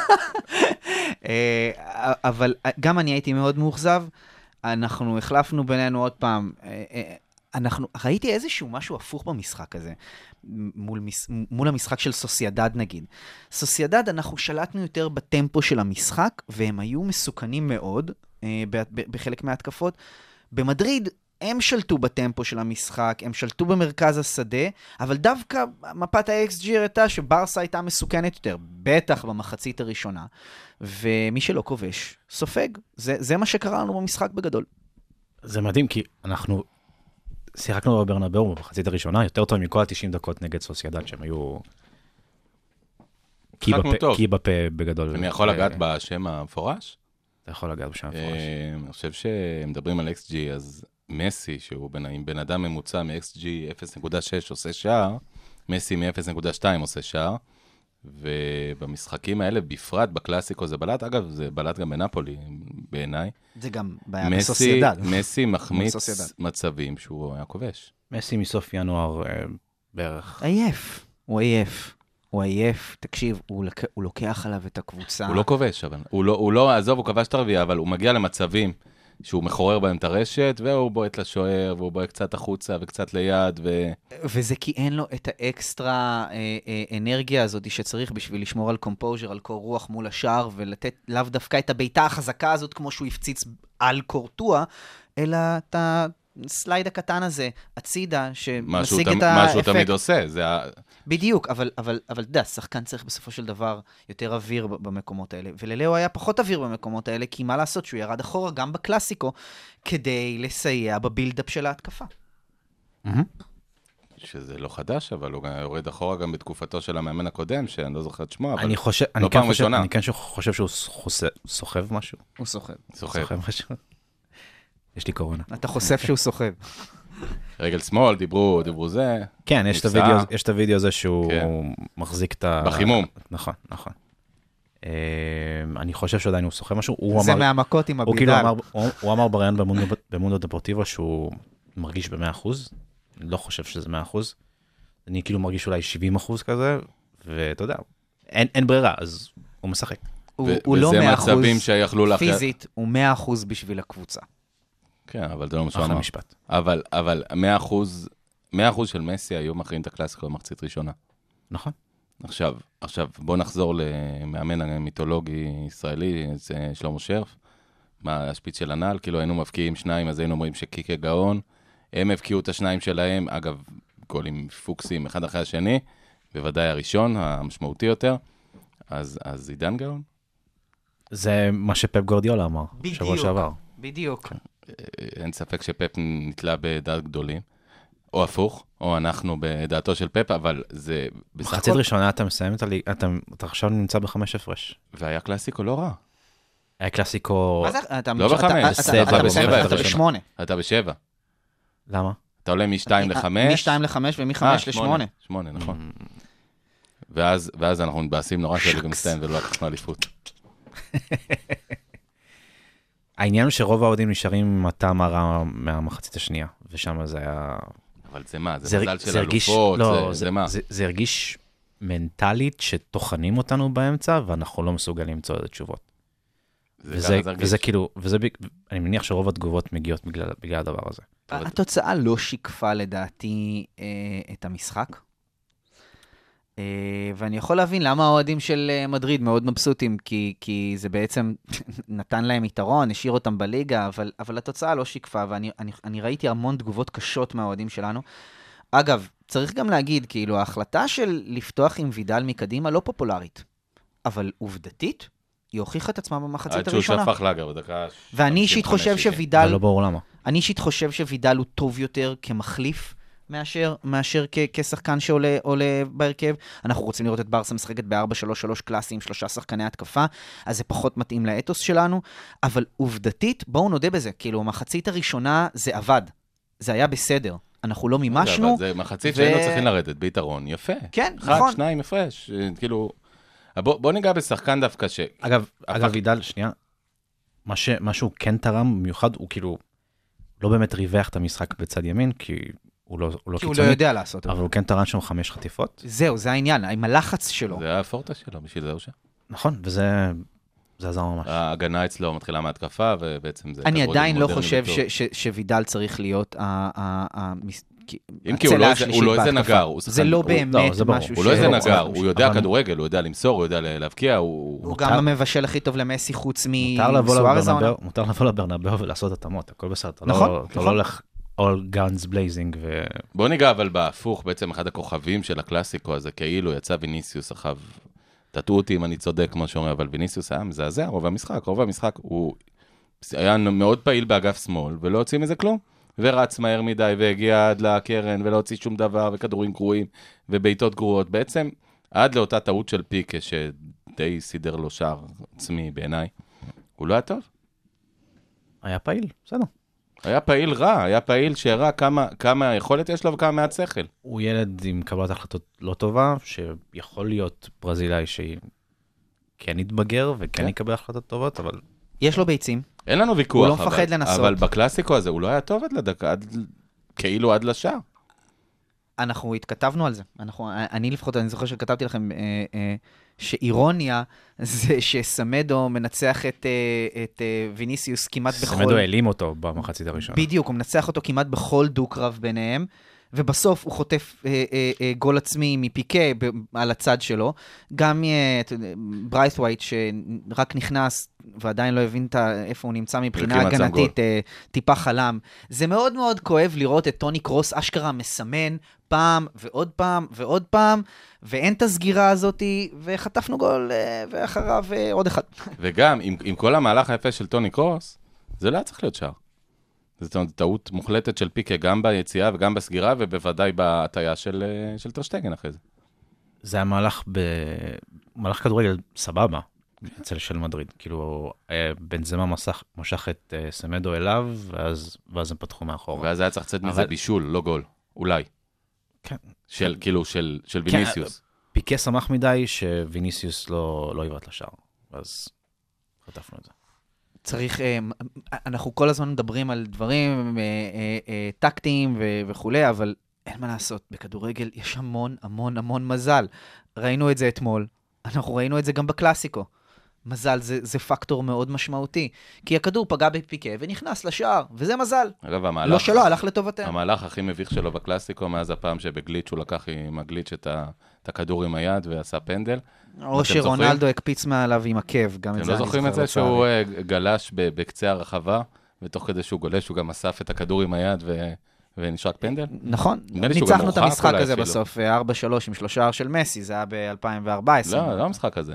אבל גם אני הייתי מאוד מאוכזב. אנחנו החלפנו בינינו עוד פעם, אנחנו, ראיתי איזשהו משהו הפוך במשחק הזה, מול, מול המשחק של סוסיידד נגיד. סוסיידד, אנחנו שלטנו יותר בטמפו של המשחק, והם היו מסוכנים מאוד בחלק מההתקפות. במדריד, הם שלטו בטמפו של המשחק, הם שלטו במרכז השדה, אבל דווקא מפת ה-אקס ג'י הראתה שברסה הייתה מסוכנת יותר, בטח במחצית הראשונה, ומי שלא כובש, סופג. זה, זה מה שקרה לנו במשחק בגדול. זה מדהים, כי אנחנו שיחקנו בברנבאו במחצית הראשונה, יותר טוב מכל ה-תשעים דקות נגד סוסיידד, שהם היו קי בפה, קי בפה בגדול. אני יכול לגעת בשם המפורש? אתה יכול לגעת בשם המפורש. אני חושב שמדברים על אקס ג'י, אז מסי, שהוא בן אדם ממוצע מ-אקס ג'י אפס נקודה שש עושה שער, מסי מ-אפס נקודה שתיים עושה שער, ובמשחקים האלה, בפרט בקלאסיקו זה בלט, אגב, זה בלט גם בנפולי, בעיניי. זה גם בעיה בסוסיידד. מסי מחמיץ מצבים שהוא היה כובש. מסי מסוף ינואר בערך. עייף, הוא עייף. הוא עייף, תקשיב, הוא, לק... הוא לוקח עליו את הקבוצה. הוא לא כובש, אבל. הוא לא, הוא לא, עזוב, הוא כבש את הרביעה, אבל הוא מגיע למצבים שהוא מחורר בהם את הרשת, והוא בועט לשוער, והוא בועט קצת החוצה וקצת ליד, ו... וזה כי אין לו את האקסטרה אה, אה, אנרגיה הזאת שצריך בשביל לשמור על קומפוז'ר, על קור רוח מול השער, ולתת לאו דווקא את הביתה החזקה הזאת, כמו שהוא הפציץ על קורטוע, אלא את הסלייד הקטן הזה, הצידה, שמשיג את האפקט. משהו תמיד עושה, זה ה... בדיוק, אבל, אבל, אבל, דה, שחקן צריך בסופו של דבר יותר אוויר במקומות האלה, וללאו היה פחות אוויר במקומות האלה, כי מה לעשות שהוא ירד אחורה גם בקלאסיקו, כדי לסייע בבילדאפ של ההתקפה. שזה לא חדש, אבל הוא יורד אחורה גם בתקופתו של המאמן הקודם, שאני לא זוכר את שמו, אבל אני חושב, לא פעם ראשונה. אני כן חושב שהוא סוחב משהו. הוא סוחב. סוחב. משהו. יש לי קורונה. אתה חושף שהוא סוחב. רגל שמאל, דיברו, דיברו זה. כן, יש את הוידאו, יש את הוידאו הזה שהוא מחזיק את ה... בחימום. נכון, נכון. אני חושב שעדיין הוא סוחב משהו. זה מהמכות עם הבידל. הוא אמר בריאיון במונדו דפורטיבו שהוא מרגיש ב-מאה אחוז. אני לא חושב שזה מאה אחוז. אני כאילו מרגיש אולי שבעים אחוז כזה, ואתה יודע, אין ברירה, אז הוא משחק. הוא לא מאה אחוז שיכלו פיזית, הוא מאה אחוז בשביל הקבוצה. כן, אבל זה לא משהו אחלה אמר. משפט. אבל, אבל מאה אחוז, מאה אחוז של מסי היו מכריעים את הקלאסיקו במחצית ראשונה. נכון. עכשיו, עכשיו, בוא נחזור למאמן המיתולוגי ישראלי, זה שלמה שרף, מה השפיץ של הנעל, כאילו היינו מבקיעים שניים, אז היינו אומרים שקיקה גאון, הם הבקיעו את השניים שלהם, אגב, גולים פוקסים אחד אחרי השני, בוודאי הראשון, המשמעותי יותר, אז, אז עידן גאון. זה מה שפפ גורדיולה אמר, שבוע שעבר. בדיוק. אין ספק שפפ נתלה בדעת גדולים, או הפוך, או אנחנו בדעתו של פפ, אבל זה בסך מחצית ראשונה אתה מסיים את הליגה, אתה עכשיו נמצא בחמש הפרש. והיה קלאסיקו לא רע. היה קלאסיקו... מה זה? לא בחמש, אתה בשבע, אתה בשמונה. אתה בשבע. למה? אתה עולה משתיים לחמש. משתיים לחמש ומחמש לשמונה. שמונה, נכון. ואז אנחנו מתבאסים נורא שהליגה מסתיים ולא לקחנו אליפות. העניין הוא שרוב העודים נשארים עם הטעם הרע מהמחצית השנייה, ושם זה היה... אבל זה מה? זה מזל של אלופות? זה מה? זה הרגיש מנטלית שתוכנים אותנו באמצע, ואנחנו לא מסוגלים למצוא את התשובות. וזה כאילו, אני מניח שרוב התגובות מגיעות בגלל הדבר הזה. התוצאה לא שיקפה לדעתי את המשחק. ואני יכול להבין למה האוהדים של מדריד מאוד מבסוטים, כי, כי זה בעצם נתן להם יתרון, השאיר אותם בליגה, אבל, אבל התוצאה לא שיקפה, ואני אני, אני ראיתי המון תגובות קשות מהאוהדים שלנו. אגב, צריך גם להגיד, כאילו, ההחלטה של לפתוח עם וידל מקדימה לא פופולרית, אבל עובדתית, היא הוכיחה את עצמה במחצית הראשונה. עד שהוא שפך לאגר בדקה... ואני אישית חושב שווידל... זה לא ברור למה. אני אישית חושב שווידל הוא טוב יותר כמחליף, מאשר, מאשר כ- כשחקן שעולה עולה בהרכב. אנחנו רוצים לראות את ברסה משחקת ב-ארבע שלוש שלוש קלאסי עם שלושה שחקני התקפה, אז זה פחות מתאים לאתוס שלנו, אבל עובדתית, בואו נודה בזה, כאילו, המחצית הראשונה זה עבד, זה היה בסדר, אנחנו לא מימשנו. אבל זה מחצית שהיינו צריכים לרדת ביתרון, יפה. כן, אחד, נכון. שניים, הפרש, כאילו, בוא, בוא ניגע בשחקן דווקא ש... אגב, אגב, וידל, שנייה, מה ש, מה שהוא כן תרם במיוחד, הוא כאילו, לא באמת ריווח את המשחק בצד ימין, כי... הוא לא, הוא לא כי הוא לא יודע לעשות. אבל הוא כן תרן שם חמש חטיפות. זהו, זה העניין, עם הלחץ שלו. זה הפורטה שלו, בשביל זה הוא שם. נכון, וזה זה עזר ממש. ההגנה אצלו מתחילה מהתקפה, ובעצם זה... אני עדיין לא חושב שווידל צריך להיות אם כי הוא לא איזה נגר. זה לא באמת משהו ש... הוא לא איזה נגר, הוא יודע כדורגל, הוא יודע למסור, הוא יודע להבקיע, הוא גם המבשל הכי טוב למסי חוץ מסוארז העונה. מותר לבוא לברנבאו ולעשות התאמות, הכל בסדר. נכון, אתה לא הולך All Guns Blazing, ו... בוא ניגע אבל בהפוך, בעצם אחד הכוכבים של הקלאסיקו הזה, כאילו יצא ויניסיוס אחריו, תטעו אותי אם אני צודק כמו שאומר, אבל ויניסיוס היה מזעזע, רוב המשחק, רוב המשחק הוא היה מאוד פעיל באגף שמאל, ולא הוציא מזה כלום, ורץ מהר מדי, והגיע עד לקרן, ולא הוציא שום דבר, וכדורים גרועים, ובעיטות גרועות, בעצם עד לאותה טעות של פיקה, שדי סידר לו שער עצמי בעיניי, הוא לא היה טוב. היה פעיל, בסדר. היה פעיל רע, היה פעיל שהראה כמה, כמה יכולת יש לו וכמה מעט שכל. הוא ילד עם קבלת החלטות לא טובה, שיכול להיות ברזילאי שכן יתבגר וכן כן. יקבל החלטות טובות, אבל... יש לו ביצים. אין לנו ויכוח, הוא לא מפחד אבל, לנסות. אבל בקלאסיקו הזה הוא לא היה טוב עד לדקה, עד, כאילו עד לשער. אנחנו התכתבנו על זה. אנחנו, אני לפחות, אני זוכר שכתבתי לכם אה, אה, שאירוניה זה שסמדו מנצח את, אה, את אה, ויניסיוס כמעט בכל... סמדו העלים אותו במחצית הראשונה. בדיוק, הוא מנצח אותו כמעט בכל דו-קרב ביניהם, ובסוף הוא חוטף אה, אה, אה, גול עצמי מפיקה ב- על הצד שלו. גם אה, בריית' ווייט שרק נכנס ועדיין לא הבין איפה הוא נמצא מבחינה הגנתית, אה, טיפה חלם. זה מאוד מאוד כואב לראות את טוני קרוס אשכרה מסמן פעם ועוד פעם ועוד פעם, ואין את הסגירה הזאת, וחטפנו גול אה, ואחריו אה, עוד אחד. וגם, עם, עם כל המהלך היפה של טוני קרוס, זה לא היה צריך להיות שער. זאת אומרת, טעות מוחלטת של פיקה, גם ביציאה וגם בסגירה, ובוודאי בהטיה של, של טרשטגן אחרי זה. זה היה מהלך, ב... מהלך כדורגל סבבה, אצל של מדריד. כאילו, בנזמה משך, משך את uh, סמדו אליו, ואז, ואז הם פתחו מאחורה. ואז היה צריך לצאת אבל... מזה בישול, לא גול. אולי. כן. של, כאילו, של, של ויניסיוס. כן, פיקה שמח מדי שוויניסיוס לא, לא יבט לשער. אז חטפנו את זה. צריך, אנחנו כל הזמן מדברים על דברים טקטיים וכולי, אבל אין מה לעשות, בכדורגל יש המון המון המון מזל. ראינו את זה אתמול, אנחנו ראינו את זה גם בקלאסיקו. מזל זה, זה פקטור מאוד משמעותי, כי הכדור פגע בפיקה ונכנס לשער, וזה מזל. אגב, המהלך, לא שלא, הלך לטובתנו. המהלך הכי מביך שלו בקלאסיקו, מאז הפעם שבגליץ' הוא לקח עם הגליץ' את, ה, את הכדור עם היד ועשה פנדל. או שרונלדו הקפיץ מעליו עם עקב, גם את זה אתם לא זוכרים את זה שהוא גלש בקצה הרחבה, ותוך כדי שהוא גולש, הוא גם אסף את הכדור עם היד ו... ונשרק פנדל? נכון, ניצחנו את המשחק הזה בסוף, ארבע שלוש עם שלושה של מסי, זה היה ב-אלפיים וארבע עשרה. לא, לא המשחק הזה.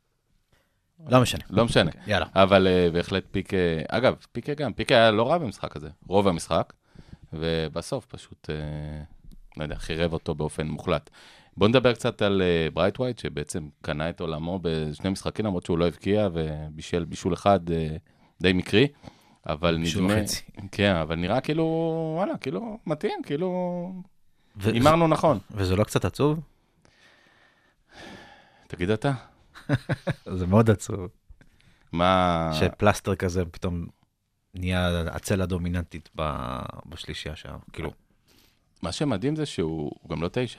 לא משנה. לא משנה. יאללה. אבל בהחלט פיקה, אגב, פיקה גם, פיקה היה לא רע במשחק הזה, רוב המשחק, ובסוף פשוט, לא יודע, חירב אותו באופן מוחלט. בואו נדבר קצת על בריית' ווייט, שבעצם קנה את עולמו בשני משחקים, למרות שהוא לא הבקיע, ובישל בישול אחד די מקרי, אבל נדמה... כן, אבל נראה כאילו, וואלה, כאילו מתאים, כאילו... אמרנו נכון. וזה לא קצת עצוב? תגיד אתה. זה מאוד עצוב. מה... שפלסטר כזה פתאום נהיה הצל הדומיננטית בשלישייה שם, כאילו. מה שמדהים זה שהוא גם לא תשע.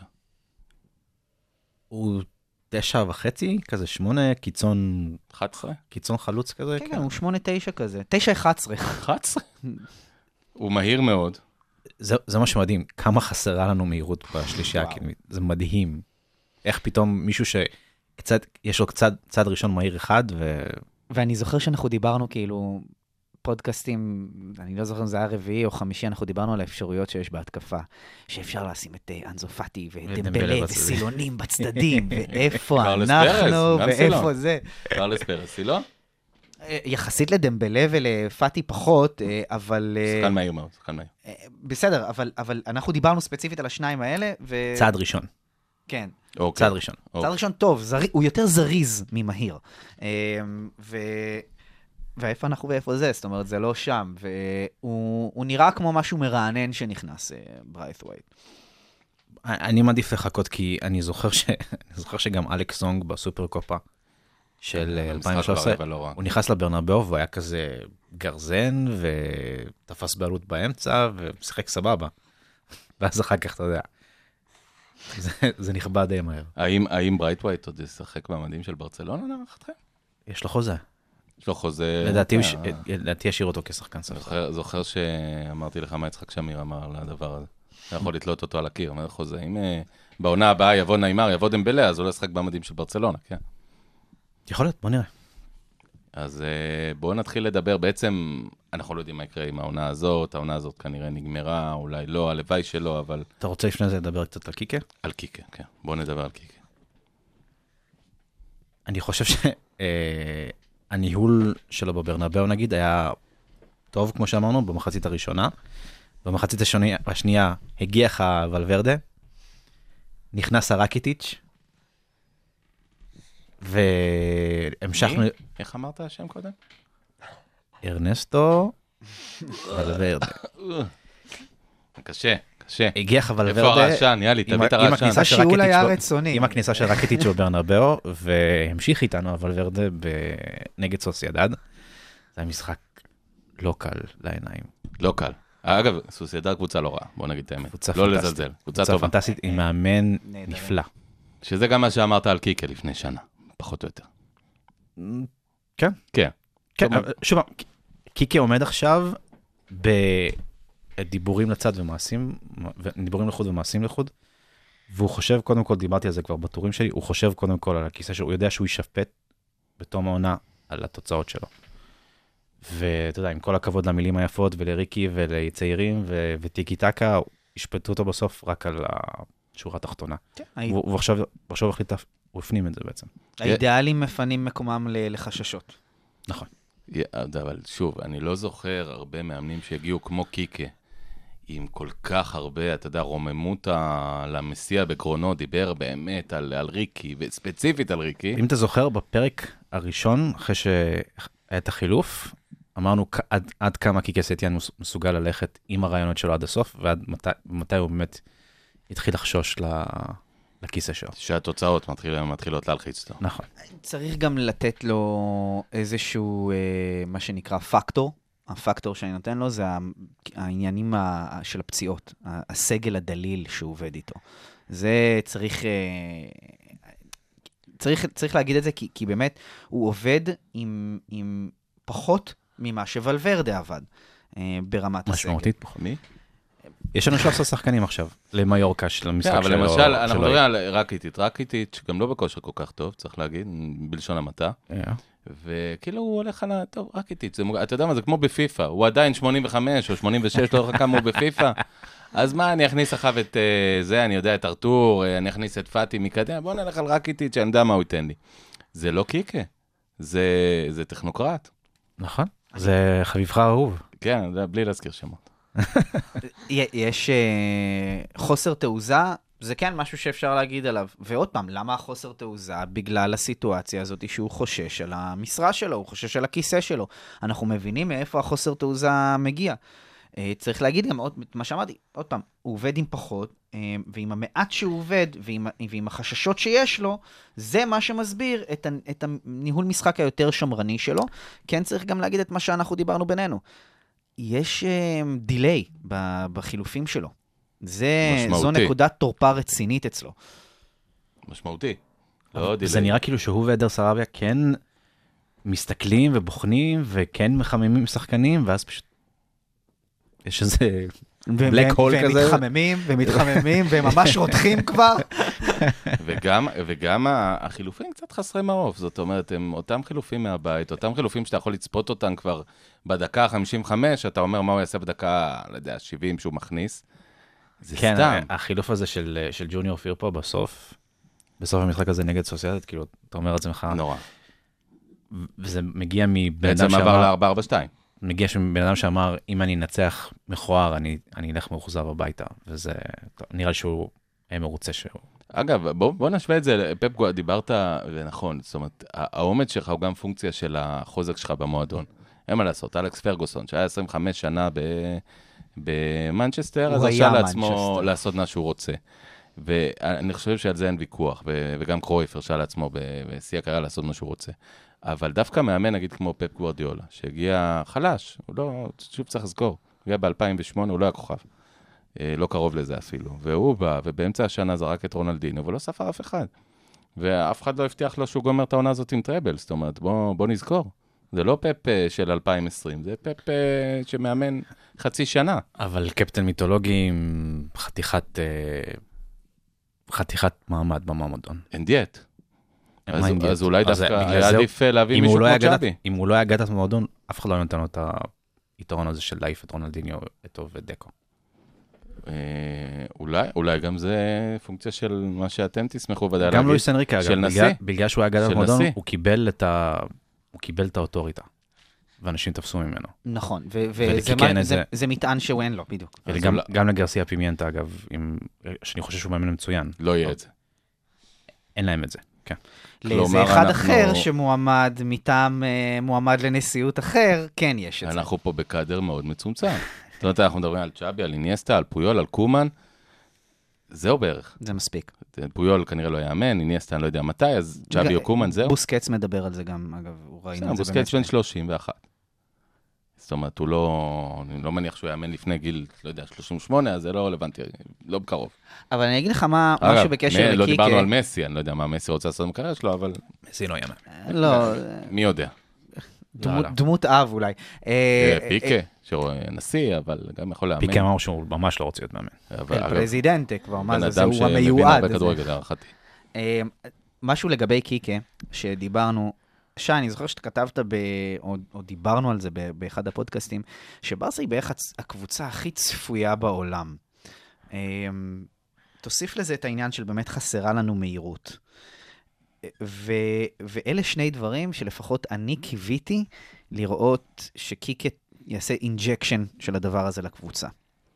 הוא תשע וחצי, כזה שמונה, קיצון... אחת עשרה? קיצון חלוץ כזה. כן, הוא שמונה תשע כזה. תשע אחת עשרה. אחת עשרה? הוא מהיר מאוד. זה מה שמדהים, כמה חסרה לנו מהירות בשלישייה הקדמית. זה מדהים. איך פתאום מישהו שקצת, יש לו קצת צד ראשון מהיר אחד, ו... ואני זוכר שאנחנו דיברנו כאילו... פודקאסטים, אני לא זוכר אם זה היה רביעי או חמישי, אנחנו דיברנו על האפשרויות שיש בהתקפה, שאפשר לשים את אנזו פאטי ודמבלה וסילונים בצדדים, ואיפה אנחנו, ואיפה זה. קרלס פרס, סילון? יחסית לדמבלה ולפאטי פחות, אבל... שחקן מהיר מאוד, שחקן מהיר. בסדר, אבל אנחנו דיברנו ספציפית על השניים האלה, ו... צעד ראשון. כן. צעד ראשון. צעד ראשון טוב, הוא יותר זריז ממהיר. ו... ואיפה אנחנו ואיפה זה, זאת אומרת, זה לא שם, והוא נראה כמו משהו מרענן שנכנס, בריית' ווייט. אני מעדיף לחכות, כי אני זוכר ש... אני זוכר שגם אלכס זונג בסופר קופה של אלפיים ושלוש עשרה, הוא נכנס לברנבאו, והיה כזה גרזן, ותפס בעלות באמצע, ומשחק סבבה. ואז אחר כך, אתה יודע, זה נכבד די מהר. האם בריית' ווייט עוד ישחק במדים של ברצלונה, נערכתכם? יש לו חוזה. יש לו חוזה... לדעתי ישאיר אותו כשחקן ספר. זוכר שאמרתי לך מה יצחק שמיר אמר על הדבר הזה. אתה יכול לתלות אותו על הקיר, אומר חוזה. אם בעונה הבאה יבוא ניימר, יבוא דמבלה, אז הוא לא ישחק במדים של ברצלונה, כן. יכול להיות, בוא נראה. אז בואו נתחיל לדבר, בעצם אנחנו לא יודעים מה יקרה עם העונה הזאת, העונה הזאת כנראה נגמרה, אולי לא, הלוואי שלא, אבל... אתה רוצה לפני זה לדבר קצת על קיקה? על קיקה, כן. בואו נדבר על קיקה. אני חושב שהניהול שלו בברנבאו, נגיד, היה טוב, כמו שאמרנו, במחצית הראשונה. במחצית השנייה הגיע לך ולוורדה, נכנס הרקיטיץ', והמשכנו... איך אמרת השם קודם? ארנסטו ולוורדה. קשה, קשה. הגיע לך ולוורדה... איפה הרעשן? יאללה, תביא את הרעשן. השיעול היה רצוני. עם הכניסה של רקיטיץ' בברנבאו, והמשיך איתנו ולוורדה נגד סוסיידד. זה היה משחק לא קל לעיניים. לא קל. אגב, סוסיידד קבוצה לא רעה, בוא נגיד את האמת. קבוצה לא פנטסטית. לזלזל. קבוצה קבוצה טובה. פנטסטית עם מאמן נפלא. שזה גם מה שאמרת על קיקה לפני שנה, פחות או יותר. כן. כן. כן, שוב, קיקה עומד עכשיו בדיבורים לצד ומעשים, דיבורים לחוד ומעשים לחוד, והוא חושב, קודם כל, דיברתי על זה כבר בטורים שלי, הוא חושב קודם כל על הכיסא שלו, הוא יודע שהוא ישפט בתום העונה על התוצאות שלו. ואתה יודע, עם כל הכבוד למילים היפות ולריקי ולצעירים וטיקי טקה, ישפטו אותו בסוף רק על השורה התחתונה. והוא עכשיו, עכשיו החליט, הוא הפנים את זה בעצם. האידיאלים מפנים מקומם לחששות. נכון. אבל שוב, אני לא זוכר הרבה מאמנים שהגיעו כמו קיקה, עם כל כך הרבה, אתה יודע, רוממות למסיע בקרונו, דיבר באמת על, על ריקי, וספציפית על ריקי. אם אתה זוכר, בפרק הראשון, אחרי שהיה את החילוף, אמרנו עד, עד כמה קיקה סטיאן מסוגל ללכת עם הרעיונות שלו עד הסוף, ועד מתי, מתי הוא באמת התחיל לחשוש לכיסא שלו. שהתוצאות מתחיל, מתחילות להלחיץ לו. נכון. צריך גם לתת לו איזשהו, מה שנקרא, פקטור. הפקטור שאני נותן לו זה העניינים של הפציעות, הסגל הדליל שהוא עובד איתו. זה צריך, צריך, צריך להגיד את זה, כי, כי באמת הוא עובד עם, עם פחות ממה שוולברדה עבד ברמת הסגל. משמעותית פחות. מי? יש לנו שלוש עשרה שחקנים עכשיו, למיורקה של המשחק שלו. אבל למשל, אנחנו מדברים על רקיטיץ', רקיטיץ' גם לא בכושר כל כך טוב, צריך להגיד, בלשון המעטה. וכאילו הוא הולך על ה... טוב, רקיטיץ', אתה יודע מה, זה כמו בפיפה, הוא עדיין שמונים וחמש או שמונים ושש, לא יודע כמה הוא בפיפה, אז מה, אני אכניס אחריו את זה, אני יודע, את ארתור, אני אכניס את פאטי מקדם, בוא נלך על רקיטיץ', שאני יודע מה הוא ייתן לי. זה לא קיקה, זה טכנוקרט. נכון, זה חביבך אהוב. כן, בלי להזכיר שמות. יש חוסר תעוזה, זה כן משהו שאפשר להגיד עליו. ועוד פעם, למה החוסר תעוזה? בגלל הסיטואציה הזאת שהוא חושש על המשרה שלו, הוא חושש על הכיסא שלו. אנחנו מבינים מאיפה החוסר תעוזה מגיע. צריך להגיד גם עוד, מה שאמרתי, עוד פעם, הוא עובד עם פחות, ועם המעט שהוא עובד, ועם, ועם החששות שיש לו, זה מה שמסביר את, את הניהול משחק היותר שמרני שלו. כן צריך גם להגיד את מה שאנחנו דיברנו בינינו. יש דיליי בחילופים שלו. זה, זו נקודת תורפה רצינית אצלו. משמעותי. לא דיליי. זה נראה כאילו שהוא ועדר סרביה כן מסתכלים ובוחנים, וכן מחממים שחקנים, ואז פשוט יש איזה בלק הול כזה. והם מתחממים, ומתחממים, והם ממש רותחים כבר. וגם, וגם החילופים קצת חסרי מעוף, זאת אומרת, הם אותם חילופים מהבית, אותם חילופים שאתה יכול לצפות אותם כבר בדקה חמישים וחמש, אתה אומר מה הוא יעשה בדקה, לא יודע, שבעים שהוא מכניס. זה כן, סתם. החילוף הזה של, של ג'וניור פיר פה בסוף, בסוף המשחק הזה נגד סוסיידד, כאילו, אתה אומר את זה לך. נורא. וזה מגיע מבן אדם בעצם עבר ל-ארבע ארבע שתיים. מגיע מבן אדם שאמר, אם אני אנצח מכוער, אני, אני אלך מאוחזב הביתה. וזה, נראה לי שהוא היה מרוצה שהוא... אגב, בוא, בוא נשווה את זה, פפ, דיברת, ונכון, זאת אומרת, העומד שלך הוא גם פונקציה של החוזק שלך במועדון. אין מה לעשות, אלכס פרגוסון, שהיה עשרים וחמש שנה במנצ'סטר, אז הרשה לעצמו לעשות מה שהוא רוצה. ואני חושב שעל זה אין ויכוח, וגם קרויף הרשה לעצמו בשיא הקריירה לעשות מה שהוא רוצה. אבל דווקא מאמן, נגיד כמו פפ גוארדיולה, שהגיע חלש, הוא לא, שוב צריך לזכור, הוא הגיע ב-אלפיים ושמונה, הוא לא היה כוכב. לא קרוב לזה אפילו. והוא בא, ובאמצע השנה זרק את רונלדינו, ולא ספר אף אחד. ואף אחד לא הבטיח לו שהוא גומר את העונה הזאת עם טראבל. זאת אומרת, בוא, בוא נזכור. זה לא פפ של אלפיים ועשרים, זה פפ שמאמן חצי שנה. אבל קפטן מיתולוגי עם חתיכת, חתיכת מעמד במועדון. אין דיאט. אז, מה אידיוט? אז אולי אז דווקא בגלל היה זה- עדיף אה, להביא אם מישהו הוא לא כמו היה גדת- צ'אבי. אם הוא לא היה גדת מועדון, אף אחד לא נתן לו את היתרון הזה של להעיף את רונלדיניו, אתו ודקו. אה, אולי, אולי גם זה פונקציה של מה שאתם תשמחו ודאי גם להגיד. לואיס אנריקה, של אגב, נשיא? בגלל- בגלל שהוא היה גדת של מועדון, נשיא? הוא קיבל את ה... הוא קיבל את האוטוריטה, ואנשים תפסו ממנו. נכון, ו- ולקיקה וזה אין מה- את זה- זה. זה מטען שהוא אין לו, בדיוק. אז וגם אולי- גם לגרסיה פימיינטה, אגב, עם- שאני חושב שהוא מאמן מצוין. לא יהיה את זה. אין להם את זה, כן. לאיזה כלומר, אחד אנחנו- אחר שמועמד מטעם אה, מועמד לנשיאות אחר, כן יש את זה. אנחנו פה בקאדר מאוד מצומצם. זאת אומרת, אנחנו מדברים על צ'אבי, על איניאסטה, על פויול, על קומן. זהו בערך. זה מספיק. פויול כנראה לא יאמן, איניאסטה אני לא יודע מתי, אז צ'אבי או קומן, זהו. בוסקץ מדבר על זה גם, אגב, הוא ראינו את זה בוסקץ בן שלושים ואחת. זאת אומרת, הוא לא... אני לא מניח שהוא יאמן לפני גיל, לא יודע, שלושים ושמונה, אז זה לא רלוונטי, לא בקרוב. אבל אני אגיד לך מה, אגב, משהו בקשר מ- לקיקה. לא דיברנו על מסי, אני לא יודע מה מסי רוצה לעשות במקריירה שלו, אבל מסי לא יאמן. לא, מי יודע. דמות- יאללה. דמות אב אולי. אה, אה, פיקה, שהוא נשיא, אבל גם יכול לאמן. פיקה אמר שהוא ממש לא רוצה להיות מאמן. אבל, אל אגב, פרזידנטה כבר, מה בן זה, זה אדם הוא שמבין המיועד. הרבה זה. כדורגל, להערכתי. אה, משהו לגבי קיקה, שדיברנו, שי, אני זוכר שאתה כתבת, ב, או, או דיברנו על זה ב, באחד הפודקאסטים, שברסה היא בערך הצ- הקבוצה הכי צפויה בעולם. אה, תוסיף לזה את העניין של באמת חסרה לנו מהירות. ו, ואלה שני דברים שלפחות אני קיוויתי לראות שקיקה יעשה אינג'קשן של הדבר הזה לקבוצה.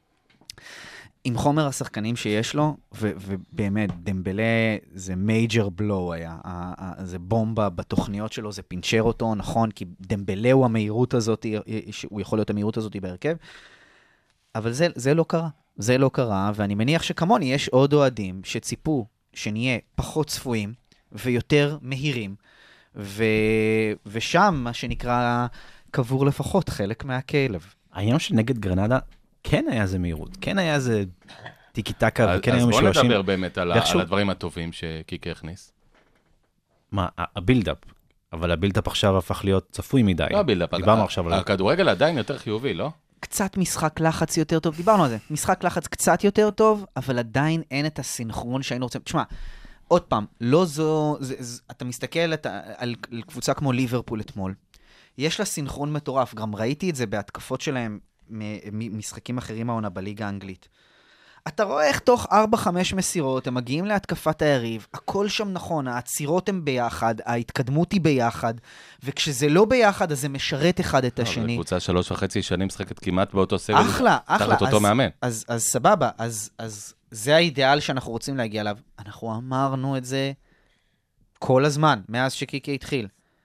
עם חומר השחקנים שיש לו, ו- ובאמת, דמבלה זה מייג'ר בלו היה, ה- ה- זה בומבה בתוכניות שלו, זה פינצ'ר אותו, נכון, כי דמבלה הוא המהירות הזאת, הוא יכול להיות המהירות הזאת בהרכב, אבל זה, זה לא קרה, זה לא קרה, ואני מניח שכמוני יש עוד אוהדים שציפו שנהיה פחות צפויים ויותר מהירים, ו- ושם, מה שנקרא, קבור לפחות חלק מהכלב. העניין שנגד גרנדה, כן היה איזה מהירות, כן היה איזה טיקי טקה, אז וכן אז היו בוא משולשים. נדבר באמת על ה- ואיכשהו- על הדברים הטובים שקיקה הכניס. מה, ה- הבילדאפ, אבל הבילדאפ עכשיו הפך להיות צפוי מדי. לא הבילדאפ, דיברנו עכשיו על... הכדורגל עדיין יותר חיובי, לא? קצת משחק לחץ יותר טוב, דיברנו על זה, משחק לחץ קצת יותר טוב, אבל עדיין אין את הסינכרון שהיינו רוצים. תשמע, עוד פעם, לא זו, זה, זה, אתה מסתכל על, על, על קבוצה כמו ליברפול אתמול, יש לה סינכרון מטורף, גם ראיתי את זה בהתקפות שלהם ממשחקים אחרים העונה בליגה האנגלית. אתה רואה איך תוך ארבע חמש מסירות, הם מגיעים להתקפת היריב, הכל שם נכון, העצירות הן ביחד, ההתקדמות היא ביחד, וכשזה לא ביחד, אז זה משרת אחד את השני. קבוצה שלוש וחצי שנים משחקת כמעט באותו סגל. אחלה, אחלה. תחת אותו אז, מאמן. אז, אז סבבה, אז, אז זה האידיאל שאנחנו רוצים להגיע אליו. אנחנו אמרנו את זה כל הזמן, מאז שקיקה התחיל.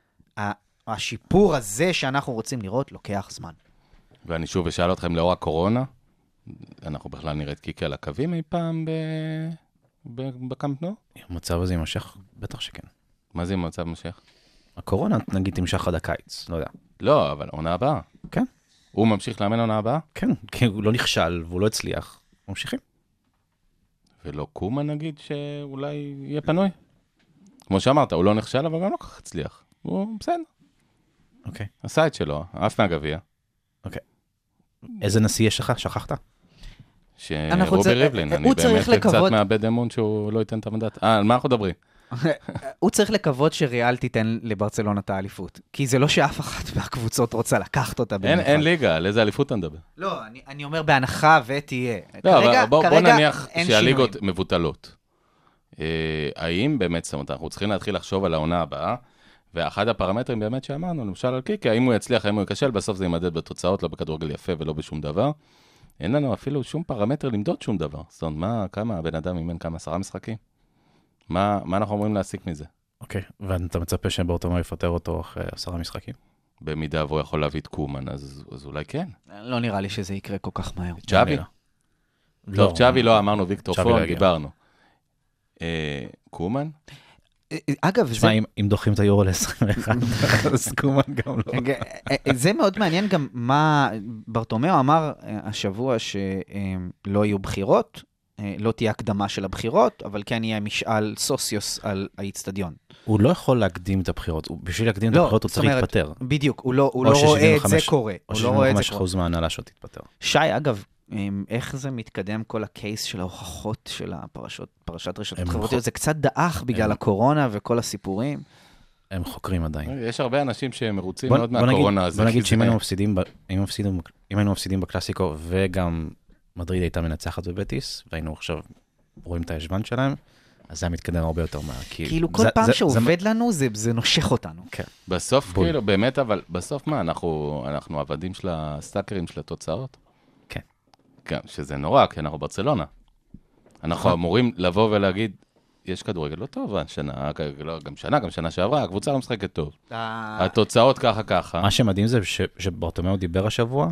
השיפור הזה שאנחנו רוצים לראות לוקח זמן. ואני שוב אשאל אתכם, לאור הקורונה, אנחנו בכלל נראה את קיקה על הקווים אי פעם בקאמפ נו? המצב הזה יימשך, בטח שכן. מה זה עם המצב משך? הקורונה, נגיד, תמשך עד הקיץ, לא יודע. לא, אבל עונה הבאה. כן. הוא ממשיך לאמן עונה הבאה? כן, כי הוא לא נכשל והוא לא הצליח. ממשיכים. ולא קומה נגיד שאולי יהיה פנוי? כמו שאמרת, הוא לא נכשל, אבל גם לא כך הצליח. הוא בסדר. אוקיי. עשה את שלו, אף מהגביע. אוקיי. איזה נשיא יש לך? שכחת? אנחנו שרובי צר- ריבלין, הוא אני צריך באמת קצת לקוות- מאבד אמון שהוא לא ייתן את המנדט. אה, על מה אנחנו מדברים? הוא צריך לקוות שריאל תיתן לברצלונה את האליפות. כי זה לא שאף אחת מהקבוצות רוצה לקחת אותה אין, במיוחד. אין ליגה, על איזה אליפות אתה מדבר? לא, אני, אני אומר בהנחה ותהיה. לא, כרגע, אבל בוא, בוא כרגע נניח אין שהליגות שינויים. מבוטלות. אה, האם באמת, זאת אומרת, אנחנו צריכים להתחיל לחשוב על העונה הבאה, ואחד הפרמטרים באמת שאמרנו, למשל על קיקה, האם הוא יצליח, האם הוא יקשל, בסוף זה יימדד בתוצאות, לא בכדורגל יפה ולא בשום דבר. אין לנו אפילו שום פרמטר למדוד שום דבר. זאת אומרת, מה, כמה הבן אדם אימן כמה עשרה משחקים? מה, מה אנחנו אמורים להסיק מזה? אוקיי. ואתה מצפה שבאוטומו יפטר אותו אחרי עשרה משחקים? במידה והוא יכול להביא את קומן, אז, אז אולי כן. לא נראה לי שזה יקרה כל כך מהר. צ'אבי? לא. טוב, צ'אבי לא אמרנו, ויקטור צ'אבי לא פון, יגיע. דיברנו. אה, קומן? אגב, תשמע, זה... אם- אם דוחים את היורו ל-עשרים ואחת, אז קומן גם לא. רגע, זה מאוד מעניין גם מה... ברטומיאו אמר אה, השבוע שלא יהיו בחירות, אה, לא תהיה הקדמה של הבחירות, אבל כן יהיה משאל סוסיוס על האיצטדיון. הוא לא יכול להקדים את הבחירות. הוא- בשביל להקדים את לא, הבחירות הוא זאת צריך אומרת, להתפטר. בדיוק, הוא לא, הוא או לא רואה את זה ש-שבעים וחמש קורה. או הוא לא שבעים רואה את זה וחמישה קורה. אחוז מההנהלה שלו תתפטר. שי, אגב, איך זה מתקדם כל הקייס של ההוכחות של הפרשות, פרשת רשתות הם חברתיות? חו- זה קצת דאח בגלל הם- הקורונה וכל הסיפורים. הם חוקרים עדיין. יש הרבה אנשים שמרוצים בוא- מאוד בוא נגיד- מהקורונה הזה. בוא כי נגיד זה- שאם היינו מפסידים ב- אם מפסידים- אם היינו מפסידים בקלאסיקו, וגם מדריד הייתה מנצחת בבטיס, והיינו עכשיו רואים את הישבן שלהם, אז זה היה מתקדם הרבה יותר מהר. כי כאילו כל זה- פעם זה- שעובד לנו, זה זה נושך אותנו. בסוף, בול. כאילו, באמת, אבל בסוף מה, אנחנו אנחנו עבדים של הסטאקרים של התוצאות? כן. כן, שזה נורא, כי אנחנו ברצלונה. אנחנו נכון. אמורים לבוא ולהגיד, יש כדורגל לא טוב השנה, לא, גם שנה, גם שנה שעברה, הקבוצה לא משחקת טוב. התוצאות ככה ככה. מה שמדהים זה ש- שברטומיאו דיבר השבוע,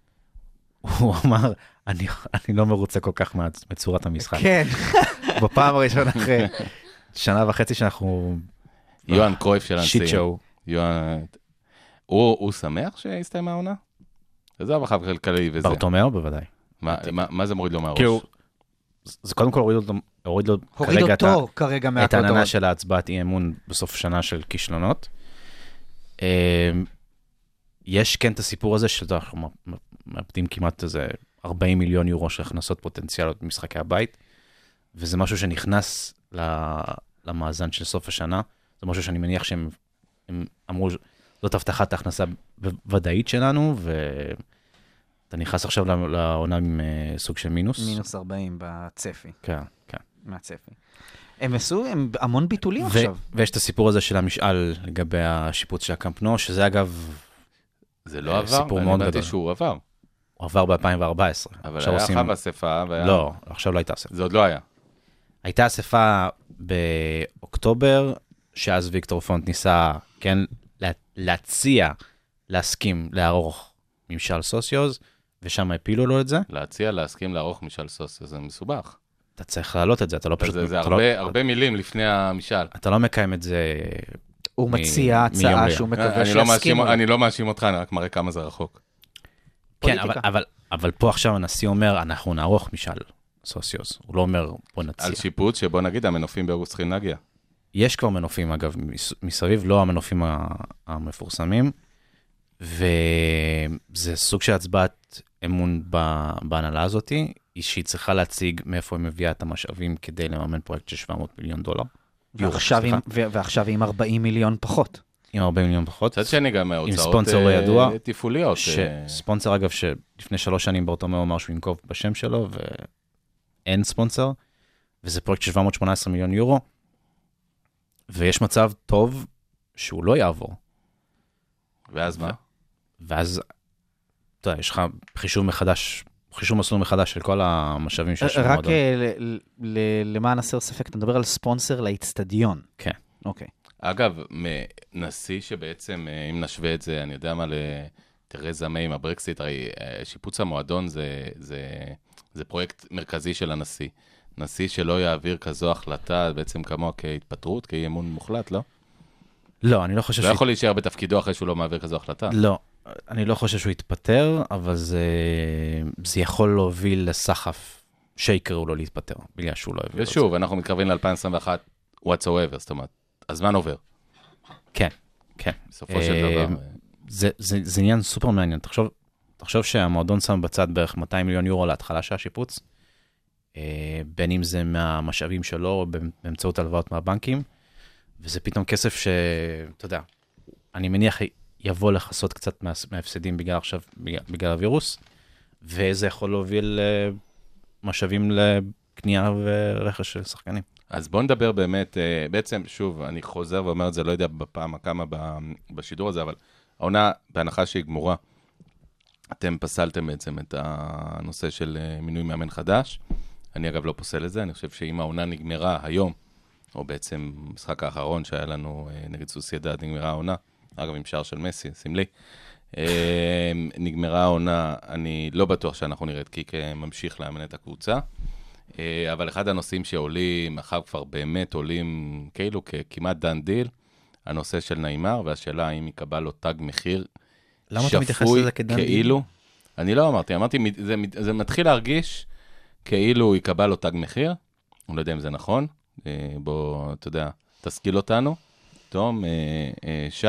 הוא אמר, אני אני לא מרוצה כל כך מה- מצורת המשחק. כן. בפעם הראשונה אחרי שנה וחצי שאנחנו יוהאן קרויף של שיט הנשיאים. שואו. יוהאן... הוא הוא שמח שהסתיימה העונה? זה הבחב כלכלי וזה. ברטומיאו בוודאי. מה- מה- מה זה מוריד לו מהראש? כאילו, זה קודם כל הוריד לו- הוריד לו הוריד כרגע את ה- אותו כרגע את מהכותרות. העננה של ההצבעת אי אמון בסוף שנה של כישלונות. אה, יש כן את הסיפור הזה שאנחנו מאבדים כמעט איזה ארבעים מיליון יורו של הכנסות פוטנציאליות במשחקי הבית, וזה משהו שנכנס ל- למאזן של סוף השנה. זה משהו שאני מניח שהם הם אמרו, זאת הבטחת ההכנסה ודאית שלנו, ואתה נכנס עכשיו לעונה עם אה, סוג של מינוס. מינוס ארבעים בצפי, כן, כן. מהצפי. הם עשו הם המון ביטולים ו- עכשיו. ויש את הסיפור הזה של המשאל לגבי השיפוץ של הקמפנו, שזה אגב, זה לא אה, עבר, סיפור אני מאוד ידעתי גדול. שהוא עבר. הוא עבר ב-אלפיים וארבע עשרה. אבל עכשיו היה עושים- חב אספה, והיה... לא, עכשיו לא הייתה אספה. זה עוד לא היה. הייתה אספה באוקטובר, שאז ויקטור פונט ניסה, כן, לה- להציע, להסכים לערוך ממשל סוציוז, ושם הפילו לו את זה. להציע, להסכים לערוך משאל סוציו, זה מסובך. אתה צריך להעלות את זה, אתה לא פשוט... זה זה אתה לא- הרבה הרבה מילים לפני המשאל. אתה לא מקיים את זה... הוא מ- מציע מיום הצעה ליום. שהוא מקווה אני לא מאשים- שיסכימו. אני לא מאשים אותך, אני רק מראה כמה זה רחוק. כן, פוליטיקה. אבל, אבל, אבל פה עכשיו הנשיא אומר, אנחנו נערוך משאל סוציוז. הוא לא אומר, בוא נציע. על שיפוץ, שבוא נגיד, המנופים באוגוסט צריכים להגיע. יש כבר מנופים, אגב, מס- מסביב, לא המנופים ה- המפורסמים, וזה סוג של הצבעת אמון ב- בהנהלה הזאת, היא שהיא צריכה להציג מאיפה היא מביאה את המשאבים כדי לממן פרויקט של שבע מאות מיליון דולר. ועכשיו סליחה. עם- ו- ועכשיו עם ארבעים מיליון פחות. עם ארבעים מיליון פחות. מצד שני גם ההוצאות ספונסר לא אה, ידוע, תפעוליות. אה, ספונסר, אגב, שלפני שלוש שנים ברטומיאו אמר שהוא ינקוב בשם שלו, ואין ספונסר, וזה פרויקט של שבע מאות שמונה עשרה מיליון יורו, ויש מצב טוב שהוא לא יעבור. ואז מה? ואז, אתה יודע, יש לך חישוב מחדש, חישוב מסלול מחדש של כל המשאבים שיש רק במועדון. אה, ל- ל- למען הסר ספק, אתה מדבר על ספונסר לאצטדיון. כן. אוקיי. אגב, נשיא שבעצם, אה, אם נשווה את זה, אני יודע מה, לתרזה מיי עם הברקסיט, הרי אה, שיפוץ המועדון זה, זה, זה פרויקט מרכזי של הנשיא. נשיא שלא יעביר כזו החלטה, בעצם כמוה כהתפטרות, כאי אמון מוחלט, לא? לא, אני לא חושב לא שהוא... יכול להישאר בתפקידו אחרי שהוא לא מעביר כזו החלטה. לא, אני לא חושב שהוא יתפטר, אבל זה, זה יכול להוביל לסחף שיקראו לו להתפטר, בגלל שהוא לא העביר את זה. ושוב, אנחנו מתקרבים ל-אלפיים עשרים ואחת, whatsoever, זאת אומרת, הזמן עובר, כן, כן. בסופו של אה, דבר. זה, זה, זה עניין סופר מעניין. תחשוב, תחשוב שהמועדון שם בצד בערך מאתיים מיליון יורו להתחלה של השיפוץ, אה, בין אם זה מהמשאבים שלו, או באמצעות הלוואות מהבנקים, וזה פתאום כסף שאתה יודע, אני מניח יבוא לחסות קצת מה, מההפסדים בגלל עכשיו, בגלל, בגלל הווירוס, וזה יכול להוביל אה, משאבים לקנייה ורכש של שחקנים. אז בואו נדבר באמת, אה, בעצם, שוב, אני חוזר ואומר את זה, לא יודע בפעם הכמה ב- בשידור הזה, אבל העונה, בהנחה שהיא גמורה, אתם פסלתם בעצם את הנושא של אה, מינוי מאמן חדש. אני אגב לא פוסל את זה, אני חושב שאם העונה נגמרה היום, או בעצם משחק האחרון שהיה לנו אה, נגד סוסיידד, נגמרה העונה, אגב עם שער של מסי, סמלי, אה, נגמרה העונה, אני לא בטוח שאנחנו נראה את קיק ממשיך לאמן את הקבוצה, אה, אבל אחד הנושאים שעולים, אחר כבר באמת עולים כאילו כמעט דן דיל, הנושא של נאמר, והשאלה האם יקבל לו תג מחיר למה אתה מתייחס שפוי לזה כדן דיל? כאילו, אני לא אמרתי, אמרתי, זה, זה מתחיל להרגיש כאילו הוא יקבל לו תג מחיר, אני לא יודע אם זה נכון, בוא, אתה יודע, תשכיל אותנו, תום, שי,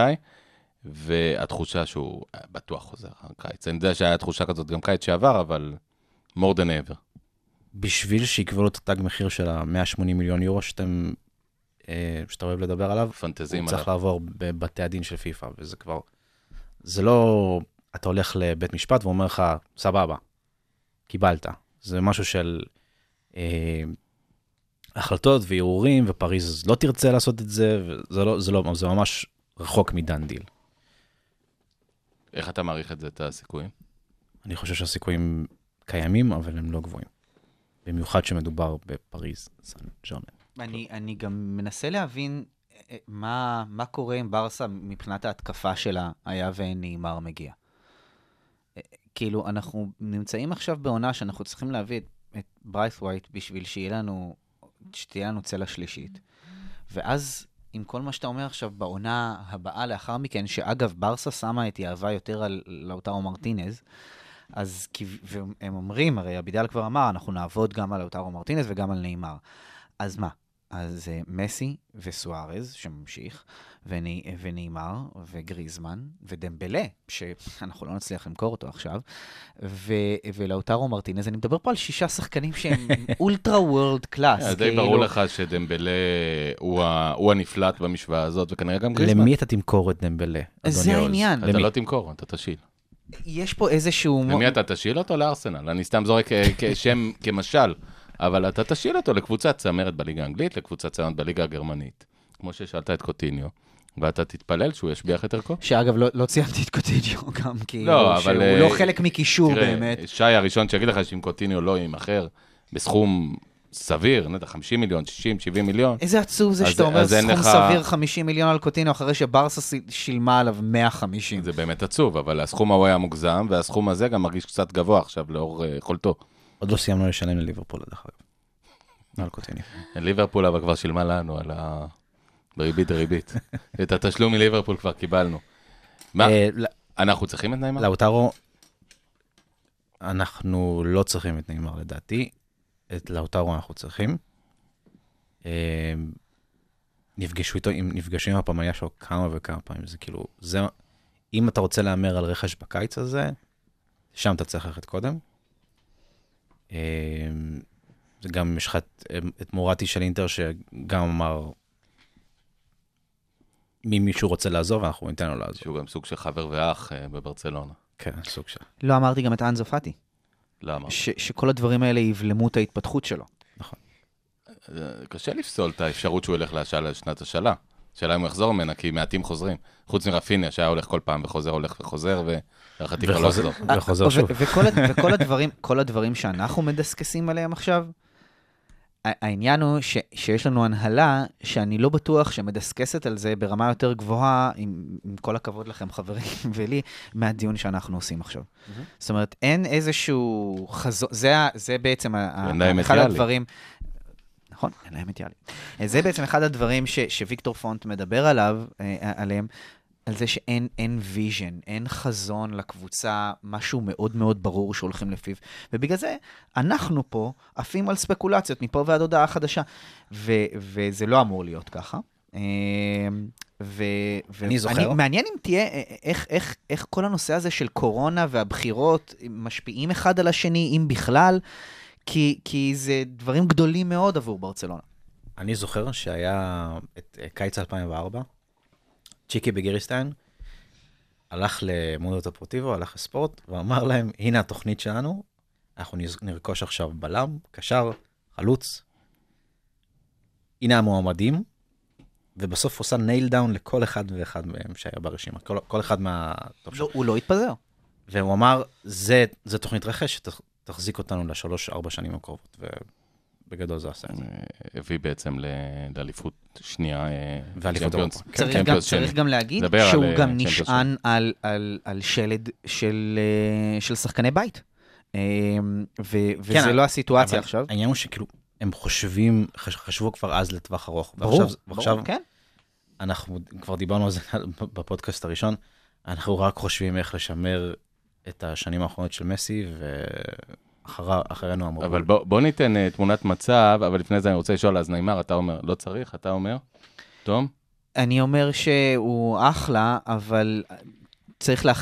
והתחושה שהוא בטוח חוזר אחר קיץ. אני יודע שהיה תחושה כזאת גם קיץ שעבר, אבל more than ever. בשביל שיקבלו לו את התג מחיר של ה-מאה ושמונים מיליון יורו שאתם, אה, שאתה אוהב לדבר עליו, פנטזים הוא עליו. צריך לעבור בבתי הדין של פיפה, וזה כבר, זה לא, אתה הולך לבית משפט ואומר לך, סבבה, קיבלת. זה משהו של אה, החלטות וערעורים, ופריז לא תרצה לעשות את זה, וזה לא, זה לא, זה ממש רחוק מדן דיל. איך אתה מעריך את זה, את הסיכויים? אני חושב שהסיכויים קיימים, אבל הם לא גבוהים. במיוחד שמדובר בפריז, סן ז'רמן. אני, אני גם מנסה להבין אה, מה, מה קורה עם ברסה מבחינת ההתקפה שלה, היה ונאמר מגיע. אה, כאילו, אנחנו נמצאים עכשיו בעונה שאנחנו צריכים להביא את, את ברייס ווייט בשביל שיהיה לנו, שתהיה לנו צלע שלישית. ואז, עם כל מה שאתה אומר עכשיו, בעונה הבאה לאחר מכן, שאגב, ברסה שמה את יאהבה יותר על לאוטרו מרטינז, אז, והם אומרים, הרי אבידל כבר אמר, אנחנו נעבוד גם על לאוטרו מרטינז וגם על נאמר. אז מה? אז uh, מסי וסוארז, שממשיך, וני, ונאמר, וגריזמן, ודמבלה, שאנחנו לא נצליח למכור אותו עכשיו, ו, ולאוטרו מרטינז, אני מדבר פה על שישה שחקנים שהם אולטרה וורלד קלאס. די ברור לך שדמבלה הוא, ה, הוא הנפלט במשוואה הזאת, וכנראה גם גריזמן. למי אתה תמכור את דמבלה? זה העניין. אתה לא תמכור, אתה תשיל. יש פה איזשהו... למי אתה תשיל אותו? לארסנל. אני סתם זורק כשם, כמשל. אבל אתה תשיל אותו לקבוצת צמרת בליגה האנגלית, לקבוצת צמרת בליגה הגרמנית. כמו ששאלת את קוטיניו, ואתה תתפלל שהוא ישביח את ערכו. שאגב, לא, לא ציינתי את קוטיניו גם, כי לא, הוא, אבל, הוא לא חלק מקישור תראה, באמת. שי הראשון שיגיד לך שאם קוטיניו לא יימכר בסכום סביר, נדע, חמישים מיליון, שישים, שבעים מיליון. איזה עצוב זה אז, שאתה אומר סכום לך... סביר חמישים מיליון על קוטיניו, אחרי שברסה שילמה עליו מאה וחמישים. זה באמת עצוב, אבל הסכום ההוא היה מוגזם, והסכום הזה גם מרגיש קצת גבוה עכשיו לאור uh, יכולתו. עוד לא סיימנו לשלם לליברפול, דרך אגב. על קוטיניו. ליברפול אבל כבר שילמה לנו על ה... בריבית דריבית. את התשלום מליברפול כבר קיבלנו. מה? אנחנו צריכים את נאמר? לאוטרו, אנחנו לא צריכים את נאמר לדעתי. את לאוטרו אנחנו צריכים. נפגשו איתו, נפגשו עם הפעמיה שלו כמה וכמה פעמים. זה כאילו, זה, אם אתה רוצה לאמר על רכש בקיץ הזה, שם אתה צריך ללכת קודם. זה גם יש לך את מורטי של אינטר, שגם אמר, מי מישהו רוצה לעזוב, אנחנו ניתן לו לעזוב. שהוא גם סוג של חבר ואח בברצלונה. כן, סוג של. לא אמרתי גם את אנזו פאטי. למה? שכל הדברים האלה יבלמו את ההתפתחות שלו. נכון. קשה לפסול את האפשרות שהוא ילך להשאלה לשנת השאלה. שאלה אם הוא יחזור ממנה, כי מעטים חוזרים. חוץ מרפיניה, שהיה הולך כל פעם וחוזר, הולך וחוזר, ולהחתי כבר לא לחזור. וחוזר שוב. וכל הדברים, כל הדברים שאנחנו מדסקסים עליהם עכשיו, העניין הוא ש, שיש לנו הנהלה שאני לא בטוח שמדסקסת על זה ברמה יותר גבוהה, עם, עם כל הכבוד לכם חברים ולי, מהדיון שאנחנו עושים עכשיו. Mm-hmm. זאת אומרת, אין איזשהו חזון, זה, זה בעצם אחד הדברים, נכון, אין להם את יאלי. זה בעצם אחד הדברים ש, שוויקטור פונט מדבר עליו, עליהם, על זה שאין אין ויז'ן, אין חזון לקבוצה, משהו מאוד מאוד ברור שהולכים לפיו. ובגלל זה, אנחנו פה עפים על ספקולציות מפה ועד הודעה חדשה. ו- וזה לא אמור להיות ככה. ו- אני זוכר. אני, מעניין אם תהיה, איך, איך, איך כל הנושא הזה של קורונה והבחירות משפיעים אחד על השני, אם בכלל, כי, כי זה דברים גדולים מאוד עבור ברצלונה. אני זוכר שהיה את קיץ אלפיים וארבע, צ'יקי בגיריסטיין, הלך למונדו דפורטיבו, הלך לספורט, ואמר להם, הנה התוכנית שלנו, אנחנו נרכוש עכשיו בלם, קשר, חלוץ, הנה המועמדים, ובסוף עושה נייל דאון לכל אחד ואחד מהם שהיה ברשימה, כל, כל אחד מהטוב לא, הוא לא התפזר. והוא אמר, זה, זה תוכנית רכש שתחזיק אותנו לשלוש, ארבע שנים הקרובות, ו... בגדול זה עשה את זה. הביא בעצם לאליפות שנייה. ואליפות אירופה. צריך גם להגיד שהוא גם נשען על שלד של שחקני בית. וזה לא הסיטואציה עכשיו. העניין הוא שכאילו, הם חושבים, חשבו כבר אז לטווח ארוך. ברור, ברור, כן. אנחנו כבר דיברנו על זה בפודקאסט הראשון, אנחנו רק חושבים איך לשמר את השנים האחרונות של מסי, ו... אחרינו אמרו. אבל בוא, בוא ניתן uh, תמונת מצב, אבל לפני זה אני רוצה לשאול, אז נאמר, אתה אומר, לא צריך, אתה אומר? תום? אני אומר שהוא אחלה, אבל צריך להחליט.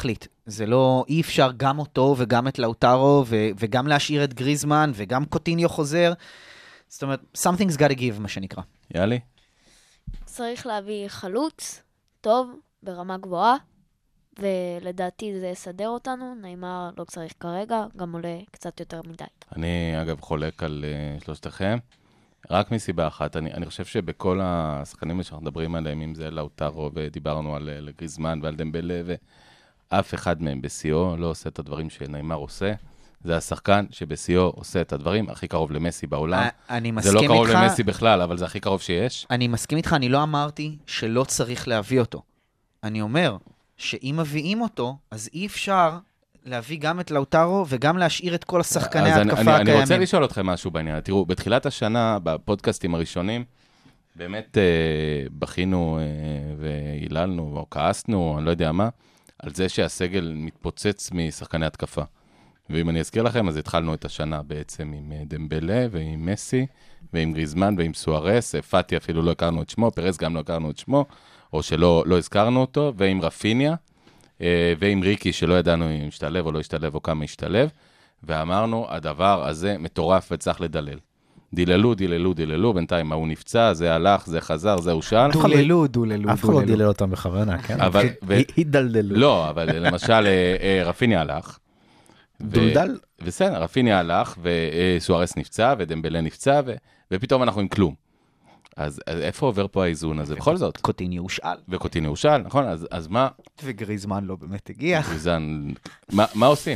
זה לא, אי אפשר גם אותו וגם את לאוטרו, ו- וגם להשאיר את גריזמן, וגם קוטיניו חוזר. זאת אומרת, something's gotta give, מה שנקרא. יאלי? צריך להביא חלוץ טוב, ברמה גבוהה, ולדעתי זה יסדר אותנו. נאמר לא צריך כרגע, גם עולה קצת יותר מדי. אני אגב חולק על uh, שלושתכם, רק מסיבה אחת. אני, אני חושב שבכל השחקנים שאנחנו מדברים עליהם, אם זה לאוטרו, ודיברנו על uh, גריזמן ועל דמבלה, ואף אחד מהם בסיאו לא עושה את הדברים שנאמר עושה. זה השחקן שבסיאו עושה את הדברים הכי קרוב למסי בעולם. אני זה מסכים לא קרוב איתך, למסי בכלל, אבל זה הכי קרוב שיש. אני מסכים איתך, אני לא אמרתי שלא צריך להביא אותו. אני אומר שאם מביאים אותו, אז אי אפשר להביא גם את לאוטרו וגם להשאיר את כל השחקני אז ההתקפה אני, אני, הקיימים. אני רוצה לשאול אתכם משהו בעניין. תראו, בתחילת השנה, בפודקאסטים הראשונים, באמת אה, בכינו אה, והיללנו, או כעסנו, אני לא יודע מה, על זה שהסגל מתפוצץ משחקני התקפה. ואם אני אזכיר לכם, אז התחלנו את השנה בעצם עם דמבלה ועם מסי, ועם גריזמן ועם סוארס, פאטי אפילו לא הכרנו את שמו, פרס גם לא הכרנו את שמו, או שלא לא הזכרנו אותו, ועם רפיניה, ועם ריקי שלא ידענו אם ישתלב או לא ישתלב או כמה ישתלב, ואמרנו, הדבר הזה מטורף וצריך לדלל. דיללו, דיללו, דיללו, בינתיים הוא נפצע, זה הלך, זה חזר, זה הושל. דוללו, דוללו, אף אחד לא דילל אותם בכוונה, כן? אבל- ו- הידלדלו. לא, אבל למשל, אה, אה, רפיניה הלך. ו- דולדל? בסדר, רפיניה הלך, וסוארס נפצע, ודמבלה נפצע, ו- ופתאום אנחנו עם כלום. אז, אז איפה עובר פה האיזון הזה? בכל זאת. קוטיניו הושאל, וקוטיניו הושל, נכון? אז, אז מה, וגריזמן לא באמת הגיע. גריזן, מה, מה עושים?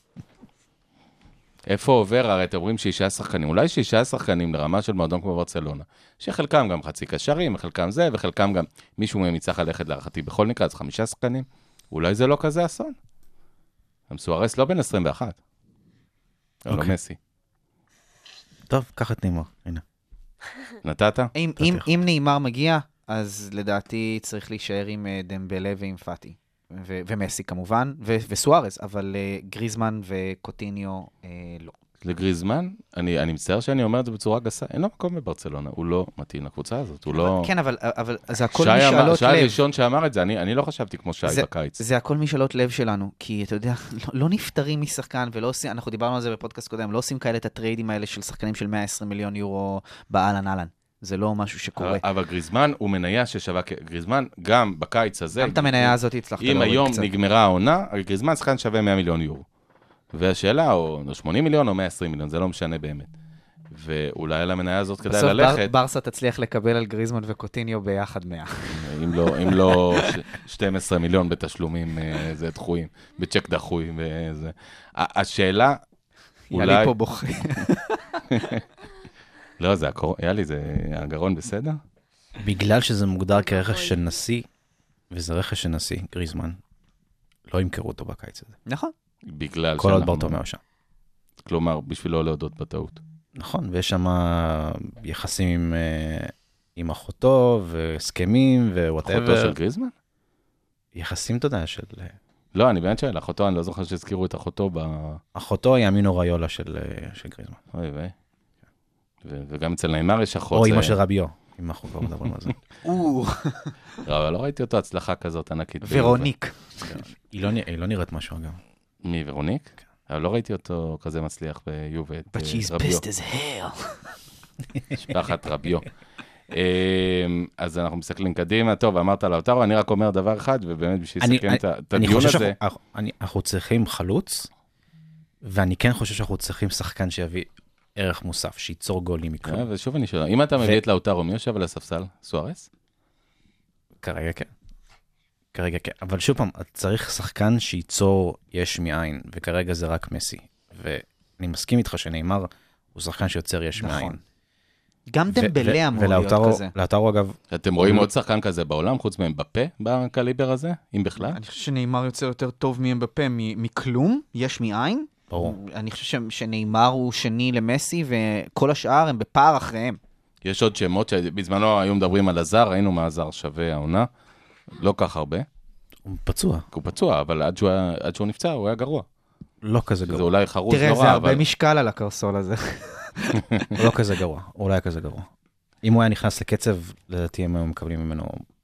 איפה עובר, הרי אתם אומרים שישה שחקנים, אולי שישה שחקנים לרמה של מועדון כמו ברצלונה, שחלקם גם חצי קשרים, חלקם זה, וחלקם גם מישהו מהם יצטרך ללכת להערכתי בכל נקרא, אז חמישה שחקנים, אולי זה לא כזה אסון. גם סוארס לא בן עשרים ואחת. לא, לא אוקיי. מסי. טוב, קח את נימור, הנה. נתת? אם, אם, אם נאמר מגיע, אז לדעתי צריך להישאר עם אה, דמבלה ועם פאטי. ו- ומסי כמובן, ו- וסוארס, אבל uh, גריזמן וקוטיניו uh, לא. לגריזמן, אני, אני מצטער שאני אומר את זה בצורה גסה, אין לו מקום בברצלונה, הוא לא מתאים לקבוצה הזאת, הוא לא... כן, אבל, אבל זה הכל שי אמר- משאלות שי לב. הראשון שאמר את זה, אני, אני לא חשבתי כמו שי זה- בקיץ. זה הכל משאלות לב שלנו, כי אתה יודע, לא, לא נפטרים משחקן, ולא עושים, אנחנו דיברנו על זה בפודקאסט קודם, לא עושים כאלה את הטריידים האלה של שחקנים של מאה ועשרים מיליון יורו באלן אלן. זה לא משהו שקורה. אבל גריזמן הוא מניה ששווה, כ- גריזמן גם בקיץ הזה, גם את המניה הזאת הצלחת אם להוריד היום קצת. נגמרה העונה, גריזמן שחקן שווה מאה מיליון יורו. והשאלה, או שמונים מיליון או מאה ועשרים מיליון, זה לא משנה באמת. ואולי על המניה הזאת כדאי בסוף ללכת, בר, ברסה תצליח לקבל על גריזמן וקוטיניו ביחד מאה. אם לא, אם לא ש- שנים עשר מיליון בתשלומים, אה, זה דחויים, בצ'ק דחוי וזה. ה- השאלה, היה לי אולי... פה בוכה. לא, זה הקור... יאללה, זה הגרון בסדר? בגלל שזה מוגדר כרכש של נשיא, וזה רכש של נשיא, גריזמן, לא ימכרו אותו בקיץ הזה. נכון. בגלל כל עוד שאנחנו- ברטומיאו שם. כלומר, בשביל לא להודות בטעות. נכון, ויש שם יחסים עם, אה, עם אחותו, והסכמים, ווואטאבר. אחותו של גריזמן? יחסים, אתה יודע, של... אה, לא, אני באמת שואל, אחותו, אני לא זוכר שהזכירו את אחותו ב... אחותו היא אמינו ריולה של, אה, של גריזמן. אוי ויי. ו- וגם אצל נאמר יש אחות. או זה- אמא של רביו, אם אנחנו כבר מדברים על זה. לא, אבל לא ראיתי אותו הצלחה כזאת ענקית. ורוניק. היא לא, נ- היא לא נראית משהו, אגב. מי, ורוניק? אבל לא ראיתי אותו כזה מצליח ביובה. את, But אה, she's רביו. pissed as hell. משפחת רביו. אמ, אז אנחנו מסתכלים קדימה. טוב, אמרת לאוטרו, אני רק אומר דבר אחד, ובאמת בשביל אני- לסכם את ה- את אני הדיון חושב הזה, שאנחנו- אנחנו- אני- אנחנו צריכים חלוץ, ואני כן חושב שאנחנו צריכים שחקן שיביא ערך מוסף, שייצור גולים מכלום. אה, ושוב אני שואל, אם אתה מביא את לאוטרו, מי יושב על הספסל? סוארס? כרגע כן. כרגע כן. אבל שוב פעם, צריך שחקן שייצור יש מאין, וכרגע זה רק מסי. ואני מסכים איתך שנאמר, הוא שחקן שיוצר יש נכון. מאין. גם ו- דמבלה ו- אמור להיות ולאוטרו- כזה. לאוטרו, אגב, אתם רואים עוד שחקן כזה בעולם, חוץ מהם בפה, בקליבר הזה, אם בכלל? אני חושב שנאמר יוצא יותר טוב מאמבפה, מ- מכלום, יש מאין. ברור. אני חושב ש- שנאמר הוא שני למסי, וכל השאר הם בפער אחריהם. יש עוד שמות שבזמנו היו מדברים על הזר, ראינו מה הזר שווה העונה, לא כך הרבה, הוא פצוע. כי הוא פצוע, אבל עד שהוא, היה, עד שהוא נפצע הוא היה גרוע. לא כזה זה גרוע. אולי חרוץ תראה, נורא, זה הרבה אבל... משקל על הקרסול הזה. הוא לא כזה גרוע. הוא לא היה כזה גרוע. אם הוא היה נכנס לקצב, לדעתי הם היו מקבלים ממנו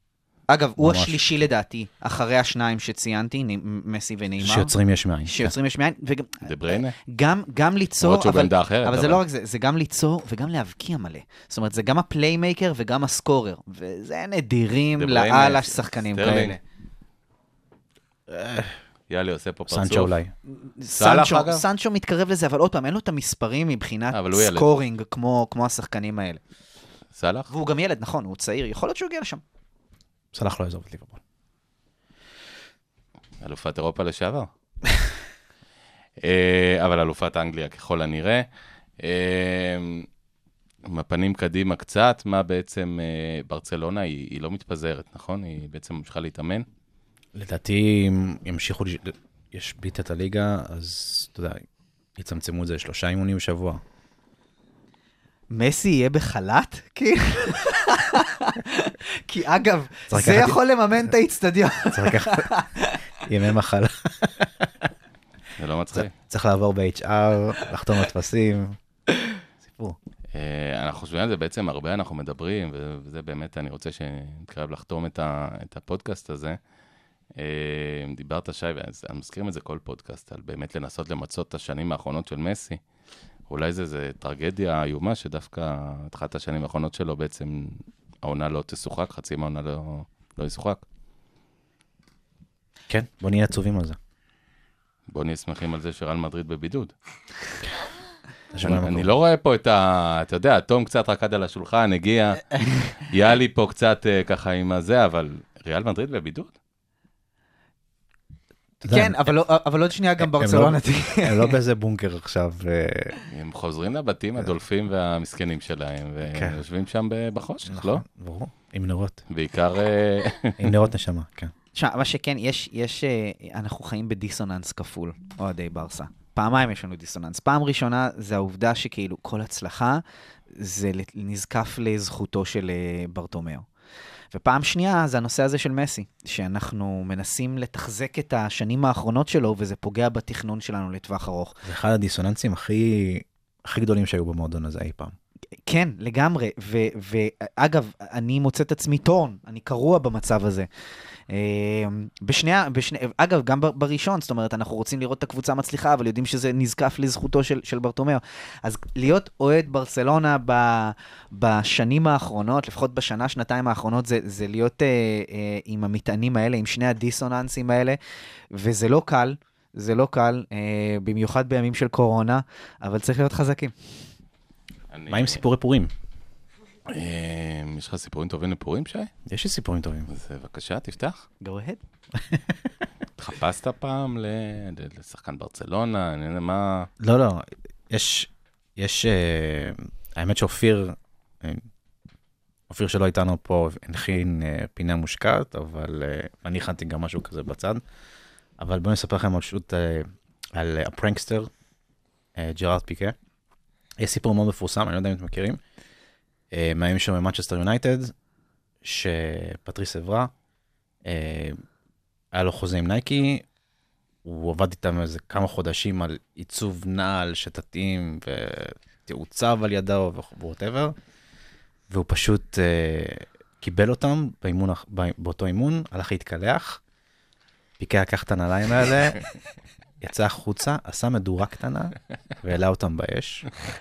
אגב, הוא ממש. השלישי לדעתי, אחרי השניים שציינתי, נ- מסי וניימר. שיוצרים יש מאין. שיוצרים יש מאין, וגם דה בריינה? גם, גם ליצור, למרות שהוא אבל, בעמדה אחרת, אבל זה אבל- לא רק זה, זה גם ליצור וגם להבקיע מלא. זאת אומרת, זה גם הפליימייקר וגם הסקורר, וזה נדירים דה בריינה, לאללה שחקנים סטרלינג. כאלה. יאללה, עושה פה פרצוף. סנצ'ו אולי. סלאח, סנצ'ו, אגב? סנצ'ו מתקרב לזה, אבל עוד פעם, אין לו את המספרים מבחינת אבל הוא ילד. סקורינג, כמו, כמו השחקנים האלה. סלאח? והוא גם ילד, נכון, הוא צעיר, יכול להיות שהוא יגיע לשם. סלאח לא יעזוב את ליברפול. אלופת אירופה לשעבר. אה, אבל אלופת אנגליה ככל הנראה. אה, מפנים קדימה קצת, מה בעצם אה, ברצלונה, היא, היא לא מתפזרת, נכון? היא בעצם ממשיכה להתאמן. לדעתי, אם ימשיכו, לש- ישבית את הליגה, אז אתה יודע, יצמצמו את זה לשלושה אימונים בשבוע. מסי יהיה בחל"ת? כי... כי אגב, צריך זה לקחת- יכול לממן את האיצטדיון. צריך לקחת ימי מחלה. זה לא מצחיק. צריך לעבור ב-אייץ' אר, לחתום על טפסים. סיפור. אה, אנחנו חושבים על זה בעצם הרבה, אנחנו מדברים, ו- וזה באמת, אני רוצה שנתקרב לחתום את, ה, את הפודקאסט הזה. אה, דיברת, שי, ואני מזכירים את זה כל פודקאסט, על באמת לנסות למצות את השנים האחרונות של מסי. אולי זה, זה טרגדיה איומה, שדווקא את אחת השנים האחרונות שלו בעצם העונה לא תשוחק, חצי מהעונה לא, לא ישוחק. כן, בוא נהיה עצובים על זה. בואו נהיה שמחים על זה שרל מדריד בבידוד. זה שבוע אני, אני מקום. לא רואה פה את ה... אתה יודע, תום קצת רקד על השולחן, הגיע, יאלי פה קצת אה, ככה עם הזה, אבל ריאל מדריד בבידוד? אתה יודע, כן, אבל לא- אבל עוד שנייה גם הם ברצלונה. לא- הם לא באיזה בונקר עכשיו. אה, הם חוזרים לבתים, הדולפים והמסכנים שלהם, כן. ויושבים שם ב- בחושך, לא? נכון, ברור. עם נרות. בעיקר... אה, עם נרות נשמה, כן. תשמע, מה שכן, יש, יש, אה, אנחנו חיים בדיסוננס כפול, אוהדי ברסה. פעמיים יש לנו דיסוננס. פעם ראשונה זה העובדה שכאילו כל הצלחה זה נזקף לזכותו של אה, ברטומיאו. ופעם שנייה זה הנושא הזה של מסי, שאנחנו מנסים לתחזק את השנים האחרונות שלו, וזה פוגע בתכנון שלנו לטווח ארוך. זה אחד הדיסוננסים הכי הכי גדולים שהיו במועדון הזה אי פעם. כן, לגמרי. ו- ואגב, אני מוצא את עצמי טורן, אני קרוע במצב הזה. בשני, בשני, אגב, גם ב- בראשון, זאת אומרת, אנחנו רוצים לראות את הקבוצה מצליחה, אבל יודעים שזה נזקף לזכותו של, של ברטומיאו. אז להיות אוהד ברצלונה ב- בשנים האחרונות, לפחות בשנה, שנתיים האחרונות, זה, זה להיות אה, אה, עם המטענים האלה, עם שני הדיסוננסים האלה, וזה לא קל, זה לא קל, אה, במיוחד בימים של קורונה, אבל צריך להיות חזקים. אני- מה עם סיפורי פורים? אה, יש לך סיפורים טובים לפורים, שי? יש לי סיפורים טובים. אז אה, בבקשה, תפתח. Go ahead. התחפשת פעם ל- ל- לשחקן ברצלונה, אני יודע מה... לא, לא, יש, יש, אה, האמת שאופיר, אה, אופיר שלא איתנו פה, הנחין אה, פינה מושקעת, אבל אה, אני הכנתי גם משהו כזה בצד. אבל בואו נספר לכם פשוט אה, על הפרנקסטר, אה, ג'רארד פיקה. יש סיפור מאוד מפורסם, אני לא יודע אם אתם מכירים, אה, מהימים שלו ממנצ'סטר יונייטד, שפטריס אברה, אה, היה לו חוזה עם נייקי, הוא עבד איתם איזה כמה חודשים על עיצוב נעל שתתאים ותעוצב על ידו ווואטאבר, והוא פשוט אה, קיבל אותם באימון, באותו אימון, הלך להתקלח, פיקה לקח את הנעליים האלה, יצא החוצה, עשה מדורה קטנה, והעלה אותם באש.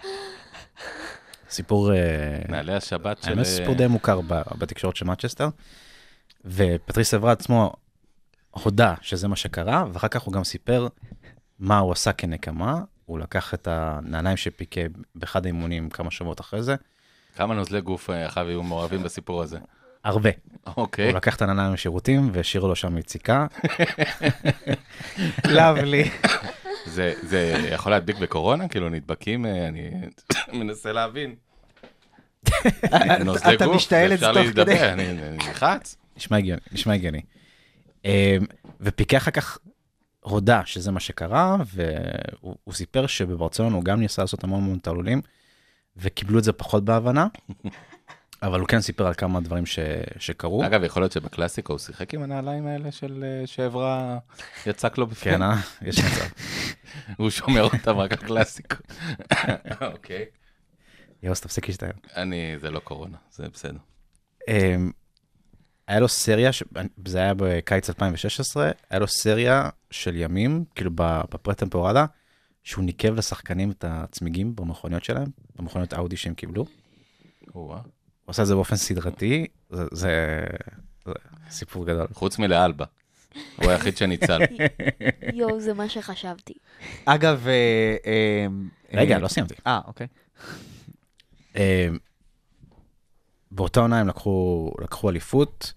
סיפור... אה, נעלי השבת של... האמת סיפור די מוכר ב- בתקשורת של מנצ'סטר, ופטריס אברה עצמו הודע שזה מה שקרה, ואחר כך הוא גם סיפר מה הוא עשה כנקמה, הוא לקח את הנעליים שפיקה באחד האימונים כמה שבועות אחרי זה, כמה נוזלי גוף אה, אחר היו מעורבים בסיפור הזה? הרבה. אוקיי. הוא לקח את הנעליים לשירותים והשאיר לו שם יציקה. לאבלי. זה, זה יכול להדביק בקורונה? כאילו נדבקים, אה, אני מנסה להבין. נוזלי אתה גוף, משתעל את זה אפשר תוך כדי. להידבק, אני אני נלחץ. נשמע הגיוני, נשמע הגיוני. אה, ופיקה אחר כך הודע שזה מה שקרה, והוא הוא סיפר שבברצלונה הוא גם ניסה לעשות המון המון תעלולים, וקיבלו את זה פחות בהבנה, אבל הוא כן סיפר על כמה דברים ש, שקרו. אגב, יכול להיות שבקלאסיקו הוא שיחק עם הנעליים האלה של אה, שעברה יצק לו בפנים. כן, אה? יש מצב. הוא שומר אותם רק על קלאסיקו. אוקיי. יוס, תפסיק להשתעל. אני, זה לא קורונה, זה בסדר. אמ, היה לו סריה, ש... זה היה בקיץ אלפיים ושש עשרה, היה לו סריה של ימים, כאילו בפרטמפורדה, שהוא ניקב לשחקנים את הצמיגים במכוניות שלהם, במכוניות אאודי שהם קיבלו. הוא עושה את זה באופן סדרתי, זה, זה... זה סיפור גדול. חוץ מלאלבה. הוא היחיד שניצל. יואו, זה מה שחשבתי. אגב, רגע, לא סיימתי. אה, אוקיי. באותה עונה הם לקחו, לקחו אליפות,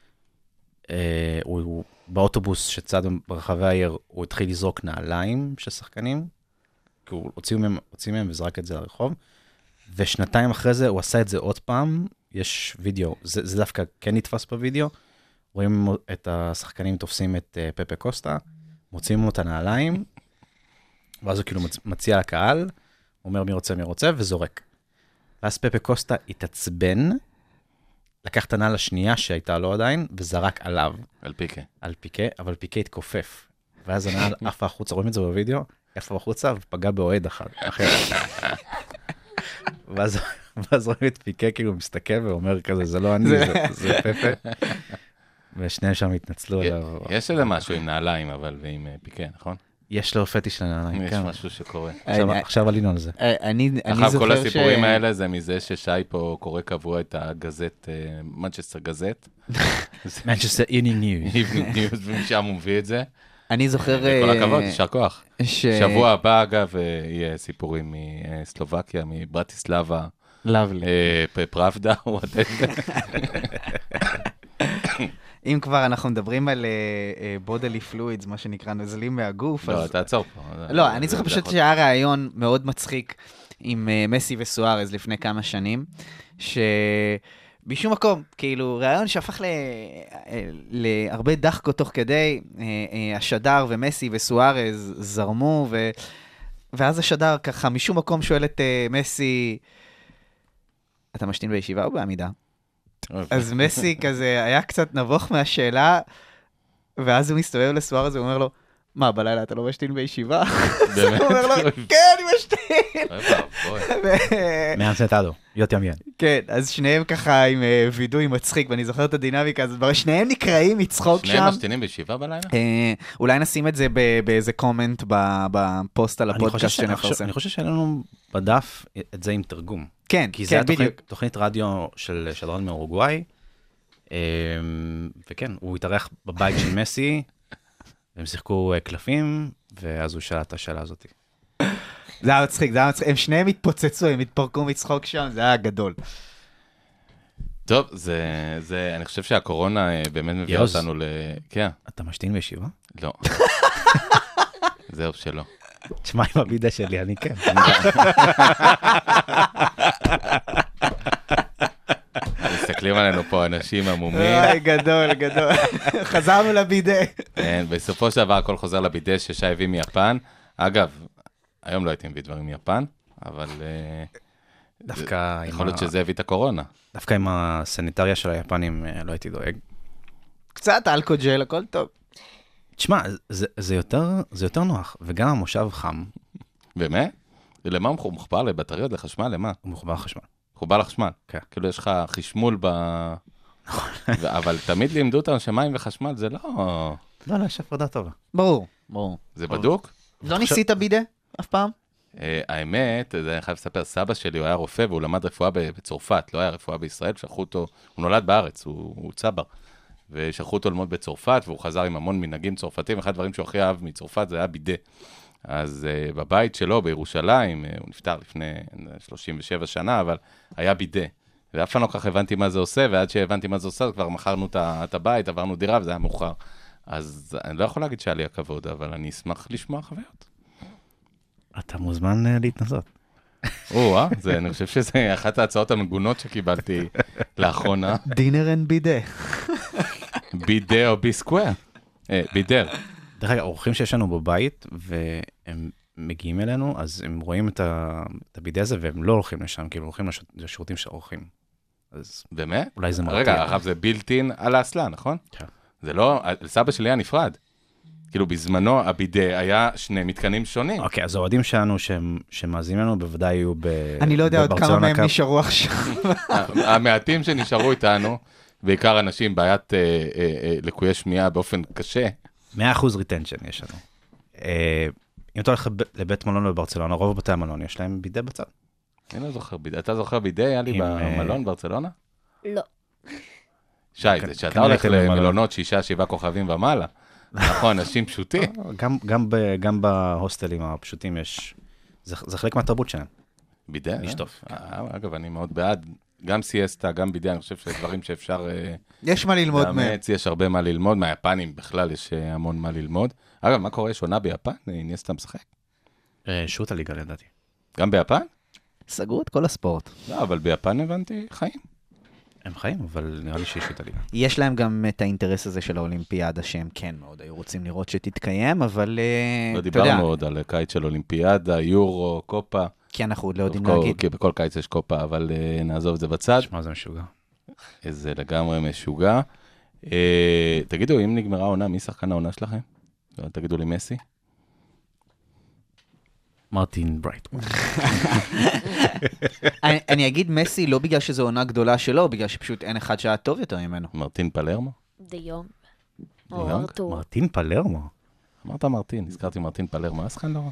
הוא באוטובוס שצד ברחבי העיר, הוא התחיל לזרוק נעליים של שחקנים, כי הוא הוציא מהם, הוציא מהם וזרק את זה לרחוב, ושנתיים אחרי זה הוא עשה את זה עוד פעם, יש וידאו, זה, זה דווקא כן נתפס בוידאו, רואים את השחקנים תופסים את פפה קוסטה, מוציאים לו את הנעליים, ואז הוא כאילו מציע לקהל, אומר מי רוצה מי רוצה, וזורק. ואז פפה קוסטה התעצבן, לקח את הנעל השנייה שהייתה לו עדיין, וזרק עליו. על פיקה. על פיקה, אבל פיקה התכופף. ואז הנעל עפה החוצה, רואים את זה בווידאו, עפה החוצה ופגע באוהד אחר. ואז, ואז רואים את פיקה כאילו מסתכל ואומר כזה, זה לא אני, זה, זה פפה. ושניהם שם התנצלו. יש איזה משהו עם נעליים, אבל ועם פיקה, נכון? יש לו פטיש של נעליים, יש משהו שקורה. עכשיו עלינו על זה. אחר כל הסיפורים האלה זה מזה ששי פה קורא קבוע את הגזט, מנצ'סטר גזט. מנצ'סטר איבנינג ניוז. איבנינג ניוז, ומשם הוא מביא את זה. אני זוכר... כל הכבוד, יישר כוח. שבוע הבא, אגב, יהיה סיפורים מסלובקיה, מברטיסלבה. לבלי. פראבדה, אם כבר אנחנו מדברים על בודלי פלואידס, מה שנקרא נוזלים מהגוף. לא, תעצור פה. לא, אני זוכר פשוט שהיה רעיון מאוד מצחיק עם מסי וסוארז לפני כמה שנים, שבשום מקום, כאילו, רעיון שהפך להרבה דחקות תוך כדי, השדר ומסי וסוארז זרמו, ואז השדר ככה משום מקום שואל את מסי, אתה משתין בישיבה או בעמידה? אז מסי כזה היה קצת נבוך מהשאלה, ואז הוא מסתובב לסוארז ואומר לו, מה, בלילה אתה לא משתין בישיבה? הוא אומר לו, כן, אני משתין. מהנסטדו, להיות ימיין. כן, אז שניהם ככה עם וידוי מצחיק, ואני זוכר את הדינמיקה הזאת, שניהם נקראים מצחוק שם. שניהם משתינים בישיבה בלילה? אולי נשים את זה באיזה קומנט בפוסט על הפודקאסט שנפרסם. אני חושב שהיה לנו בדף את זה עם תרגום. כן, כי זה תוכנית רדיו של שדרן מאורוגוואי, וכן, הוא התארח בבית של מסי, והם שיחקו קלפים, ואז הוא שאל את השאלה הזאת. זה היה מצחיק, זה היה מצחיק, הם שניהם התפוצצו, הם התפרקו מצחוק שם, זה היה גדול. טוב, זה, אני חושב שהקורונה באמת מביאה אותנו ל... כן. אתה משתין בישיבה? לא. זהו שלא. תשמע עם הבידה שלי, אני כן. מסתכלים עלינו פה אנשים עמומים. אוי, גדול, גדול. חזרנו לבידה. בסופו של דבר הכל חוזר לבידה ששי הביא מיפן. אגב, היום לא הייתי מביא דברים מיפן, אבל דווקא יכול להיות שזה הביא את הקורונה. דווקא עם הסניטריה של היפנים לא הייתי דואג. קצת אלכוג'ל, הכל טוב. תשמע, זה, זה יותר, זה יותר נוח, וגם המושב חם. באמת? למה הוא מחובר? לבטריות, לחשמל, למה? הוא מחובר לחשמל. מחובר לחשמל? כן. כאילו יש לך חשמול ב... אבל תמיד לימדו אותנו שמים וחשמל זה לא... לא, לא, יש הפרדה טובה. ברור, ברור. זה בדוק? לא ניסית בידה אף פעם? האמת, אני חייב לספר, סבא שלי הוא היה רופא והוא למד רפואה בצרפת, לא היה רפואה בישראל, שלחו אותו, הוא נולד בארץ, הוא צבר. ושלחו אותו ללמוד בצרפת, והוא חזר עם המון מנהגים צרפתיים, אחד הדברים שהוא הכי אהב מצרפת זה היה בידה. אז uh, בבית שלו בירושלים, uh, הוא נפטר לפני שלושים ושבע שנה, אבל היה בידה. ואף פעם לא כך הבנתי מה זה עושה, ועד שהבנתי מה זה עושה, כבר מכרנו את הבית, עברנו דירה, וזה היה מאוחר. אז אני לא יכול להגיד שהיה לי הכבוד, אבל אני אשמח לשמוע חוויות. אתה מוזמן uh, להתנסות. או, אה? זה, אני חושב שזה אחת ההצעות המגונות שקיבלתי לאחרונה. דינר אין בידה. בידה או בי סקוואר. בידר. דרך אגב, האורחים שיש לנו בבית, והם מגיעים אלינו, אז הם רואים את הבידה הזה, והם לא הולכים לשם, כאילו הולכים לשירותים של האורחים. באמת? אולי זה מרתיע. רגע, אחר זה בילטין על האסלה, נכון? כן. זה לא, סבא שלי היה נפרד. כאילו בזמנו הבידה היה שני מתקנים שונים. אוקיי, אז האוהדים שלנו שמאזינים לנו בוודאי יהיו בברצלונה. אני לא יודע עוד כמה מהם נשארו עכשיו. המעטים שנשארו איתנו, בעיקר אנשים בעיית אה, אה, אה, לקויי שמיעה באופן קשה. מאה אחוז ריטנשן יש לנו. אה, אם אתה הולך לב- לבית מלון בברצלונה, רוב בתי המלון יש להם בידה בצד. אני לא זוכר בידי. אתה זוכר בידי, היה לי עם, אה, במלון ברצלונה? לא. שי, זה שאתה כנראה הולך הייתם במלון. למלונות שישה, שבעה כוכבים ומעלה. נכון, אנשים פשוטים. גם, גם, ב, גם בהוסטלים הפשוטים יש, זה, זה חלק מהתרבות שלהם. בידי? לשטוף. אה, אגב, אני מאוד בעד. גם סיאסטה, גם בידי, אני חושב שזה דברים שאפשר אה, יש מה ללמוד מהם. לאמץ, יש הרבה מה ללמוד. מהיפנים בכלל יש אה, המון מה ללמוד. אגב, מה קורה? יש עונה ביפן? איניאסטה משחק? אה, שוט הליגה לדעתי. גם ביפן? סגרו את כל הספורט. לא, אבל ביפן הבנתי חיים. הם חיים, אבל נראה לי שיש שוט הליגה. יש להם גם את האינטרס הזה של האולימפיאדה, שהם כן מאוד היו רוצים לראות שתתקיים, אבל אה, לא אתה יודע, דיברנו עוד על קיץ של אולימפיאדה, יורו, קופה. כי אנחנו עוד לא יודעים כל- להגיד. כי בכל קיץ יש קופה, אבל אה, נעזוב את זה בצד. שמע, זה משוגע. איזה לגמרי משוגע. אה, תגידו, אם נגמרה העונה, מי שחקן העונה שלכם? תגידו לי מסי. מרטין ברייט. אני, אני אגיד מסי לא בגלל שזו עונה גדולה שלו, בגלל שפשוט אין אחד שהיה טוב יותר ממנו. מרטין פלרמו? דה יונג. דה או יונג? ארתור. מרטין פלרמו. אמרת מרטין, הזכרתי מרטין פלרמו, אז שחקן לא רע.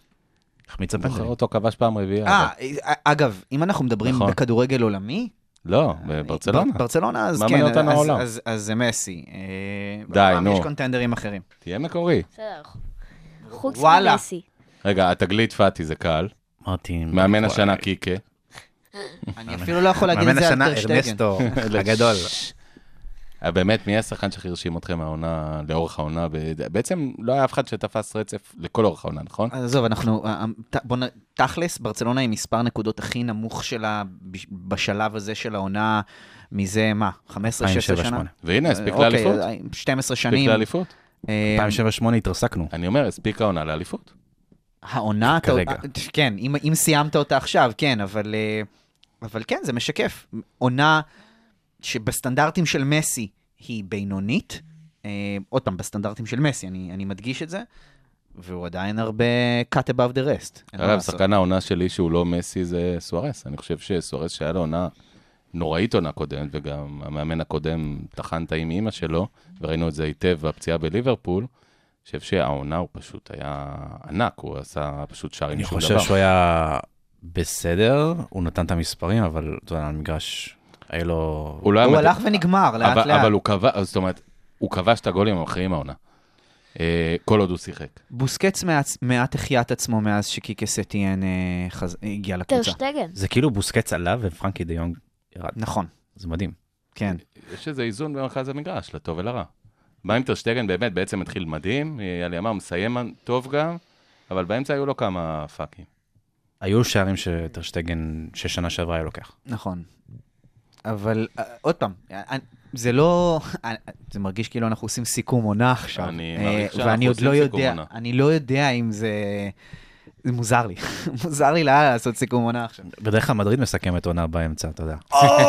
החמיץ זוכר הפנדלים. אותו כבש פעם רביעייה. אה, אבל- אגב, אם אנחנו מדברים נכון. בכדורגל עולמי, לא, בברצלונה. בר- ברצלונה, אז מה כן, מעניין אותנו אז- העולם? אז- אז זה מסי. אה, די, בעולם נו. יש קונטנדרים אחרים. תהיה מקורי. בסדר. חוץ וואלה. ממסי. רגע, התגלית פאטי זה קל. מרטין. מאמן ברייט. השנה קיקה. אני אפילו לא יכול להגיד את מאמן זה על השנה טרשטגן. ארנסטו הגדול. אה, באמת, מי השחקן שהרשים אתכם מהעונה, לאורך העונה? ב- בעצם לא היה אף אחד שתפס רצף לכל אורך העונה, נכון? עזוב, אנחנו, ת- בוא נ... תכלס, ברצלונה היא מספר נקודות הכי נמוך שלה בש- בשלב הזה של העונה, מזה מה? חמש עשרה שש עשרה שנה? והנה, הספיק אוקיי, לאליפות. שתים עשרה הספיק שנים. לאליפות. אה, אלפיים שבע שמונה התרסקנו. אני אומר, הספיק העונה לאליפות. העונה, אתה- כרגע. כן, אם, אם סיימת אותה עכשיו, כן, אבל, אה, אבל כן, זה משקף. עונה שבסטנדרטים של מסי היא בינונית, אה, עוד פעם, בסטנדרטים של מסי, אני, אני מדגיש את זה, והוא עדיין הרבה cut above the rest. אין מה אגב, לעשות. שחקן העונה שלי שהוא לא מסי זה סוארס. אני חושב שסוארס שהיה לו עונה נוראית עונה קודמת, וגם המאמן הקודם טחן את עם אימא שלו, וראינו את זה היטב בפציעה בליברפול. אני חושב שהעונה הוא פשוט היה ענק, הוא עשה פשוט שערים אני משום חושב דבר. שהוא היה בסדר, הוא נתן את המספרים, אבל אתה יודע, המגרש היה לו... הוא לא היה הוא מת- הלך ונגמר, לאט אבל, לאט. אבל הוא כבש, זאת אומרת, הוא כבש את הגולים המכריעים העונה. אה, כל עוד הוא שיחק. בוסקץ מעט, מעט החיה את עצמו מאז שקיקה סטיאן אה, חז... הגיע לקבוצה. טרשטגן. זה כאילו בוסקץ עליו ופרנקי דה יונג ירד. נכון, זה מדהים. כן. יש איזה איזון במרכז המגרש, לטוב ולרע. בא עם טרשטגן באמת בעצם התחיל מדהים, יאללה אמר, מסיים טוב גם, אבל באמצע היו לו כמה פאקים. היו שערים שטרשטגן ששנה שעברה היה לוקח. נכון. אבל אה, עוד פעם, אה, זה לא, אה, זה מרגיש כאילו אנחנו עושים סיכום עונה עכשיו. אני אה, מעריך שאנחנו ואני עוד עושים לא סיכום יודע, עונה. אני לא יודע אם זה, זה מוזר לי. מוזר לי לאללה לעשות סיכום עונה עכשיו. בדרך כלל מדריד מסכמת עונה באמצע, אתה יודע.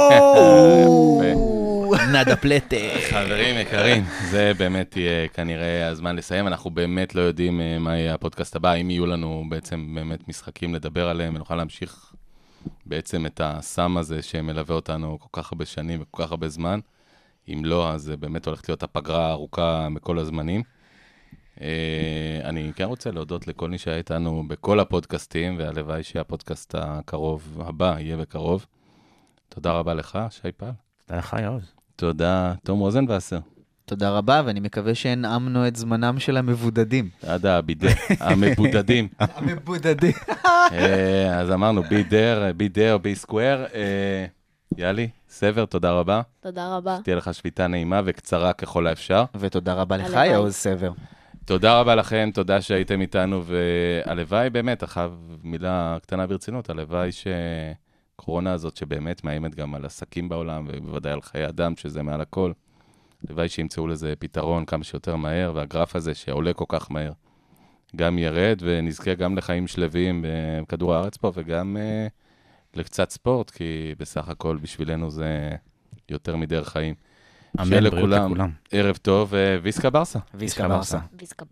נדה פלטה. חברים יקרים, זה באמת יהיה כנראה הזמן לסיים. אנחנו באמת לא יודעים אה, מה יהיה הפודקאסט הבא, אם יהיו לנו בעצם באמת משחקים לדבר עליהם, ונוכל להמשיך בעצם את הסם הזה שמלווה אותנו כל כך הרבה שנים וכל כך הרבה זמן. אם לא, אז זה באמת הולכת להיות הפגרה הארוכה מכל הזמנים. אה, אני כן רוצה להודות לכל מי שהיה איתנו בכל הפודקאסטים, והלוואי שהפודקאסט הקרוב הבא יהיה בקרוב. תודה רבה לך, שי פעל. תודה לך, יעוז. תודה, תום רוזנבסר. תודה רבה, ואני מקווה שהנעמנו את זמנם של המבודדים. עד הבידה, המבודדים. המבודדים. אה, אז אמרנו, be there, be there, be square. אה, יאלי, סבר, תודה רבה. תודה רבה. תהיה לך שביתה נעימה וקצרה ככל האפשר. ותודה רבה לך, הלוואי. יעוז סבר. תודה רבה לכם, תודה שהייתם איתנו, והלוואי באמת, אחר מילה קטנה ברצינות, הלוואי שקורונה הזאת שבאמת מאיימת גם על עסקים בעולם, ובוודאי על חיי אדם, שזה מעל הכל, הלוואי שימצאו לזה פתרון כמה שיותר מהר, והגרף הזה שעולה כל כך מהר, גם ירד, ונזכה גם לחיים שלווים בכדור הארץ פה, וגם uh, לקצת ספורט, כי בסך הכל בשבילנו זה יותר מדרך חיים. אמן, שיהיה בריאות לכולם. ערב טוב, וויסקה ברסה. ויסקה ברסה. ויסקה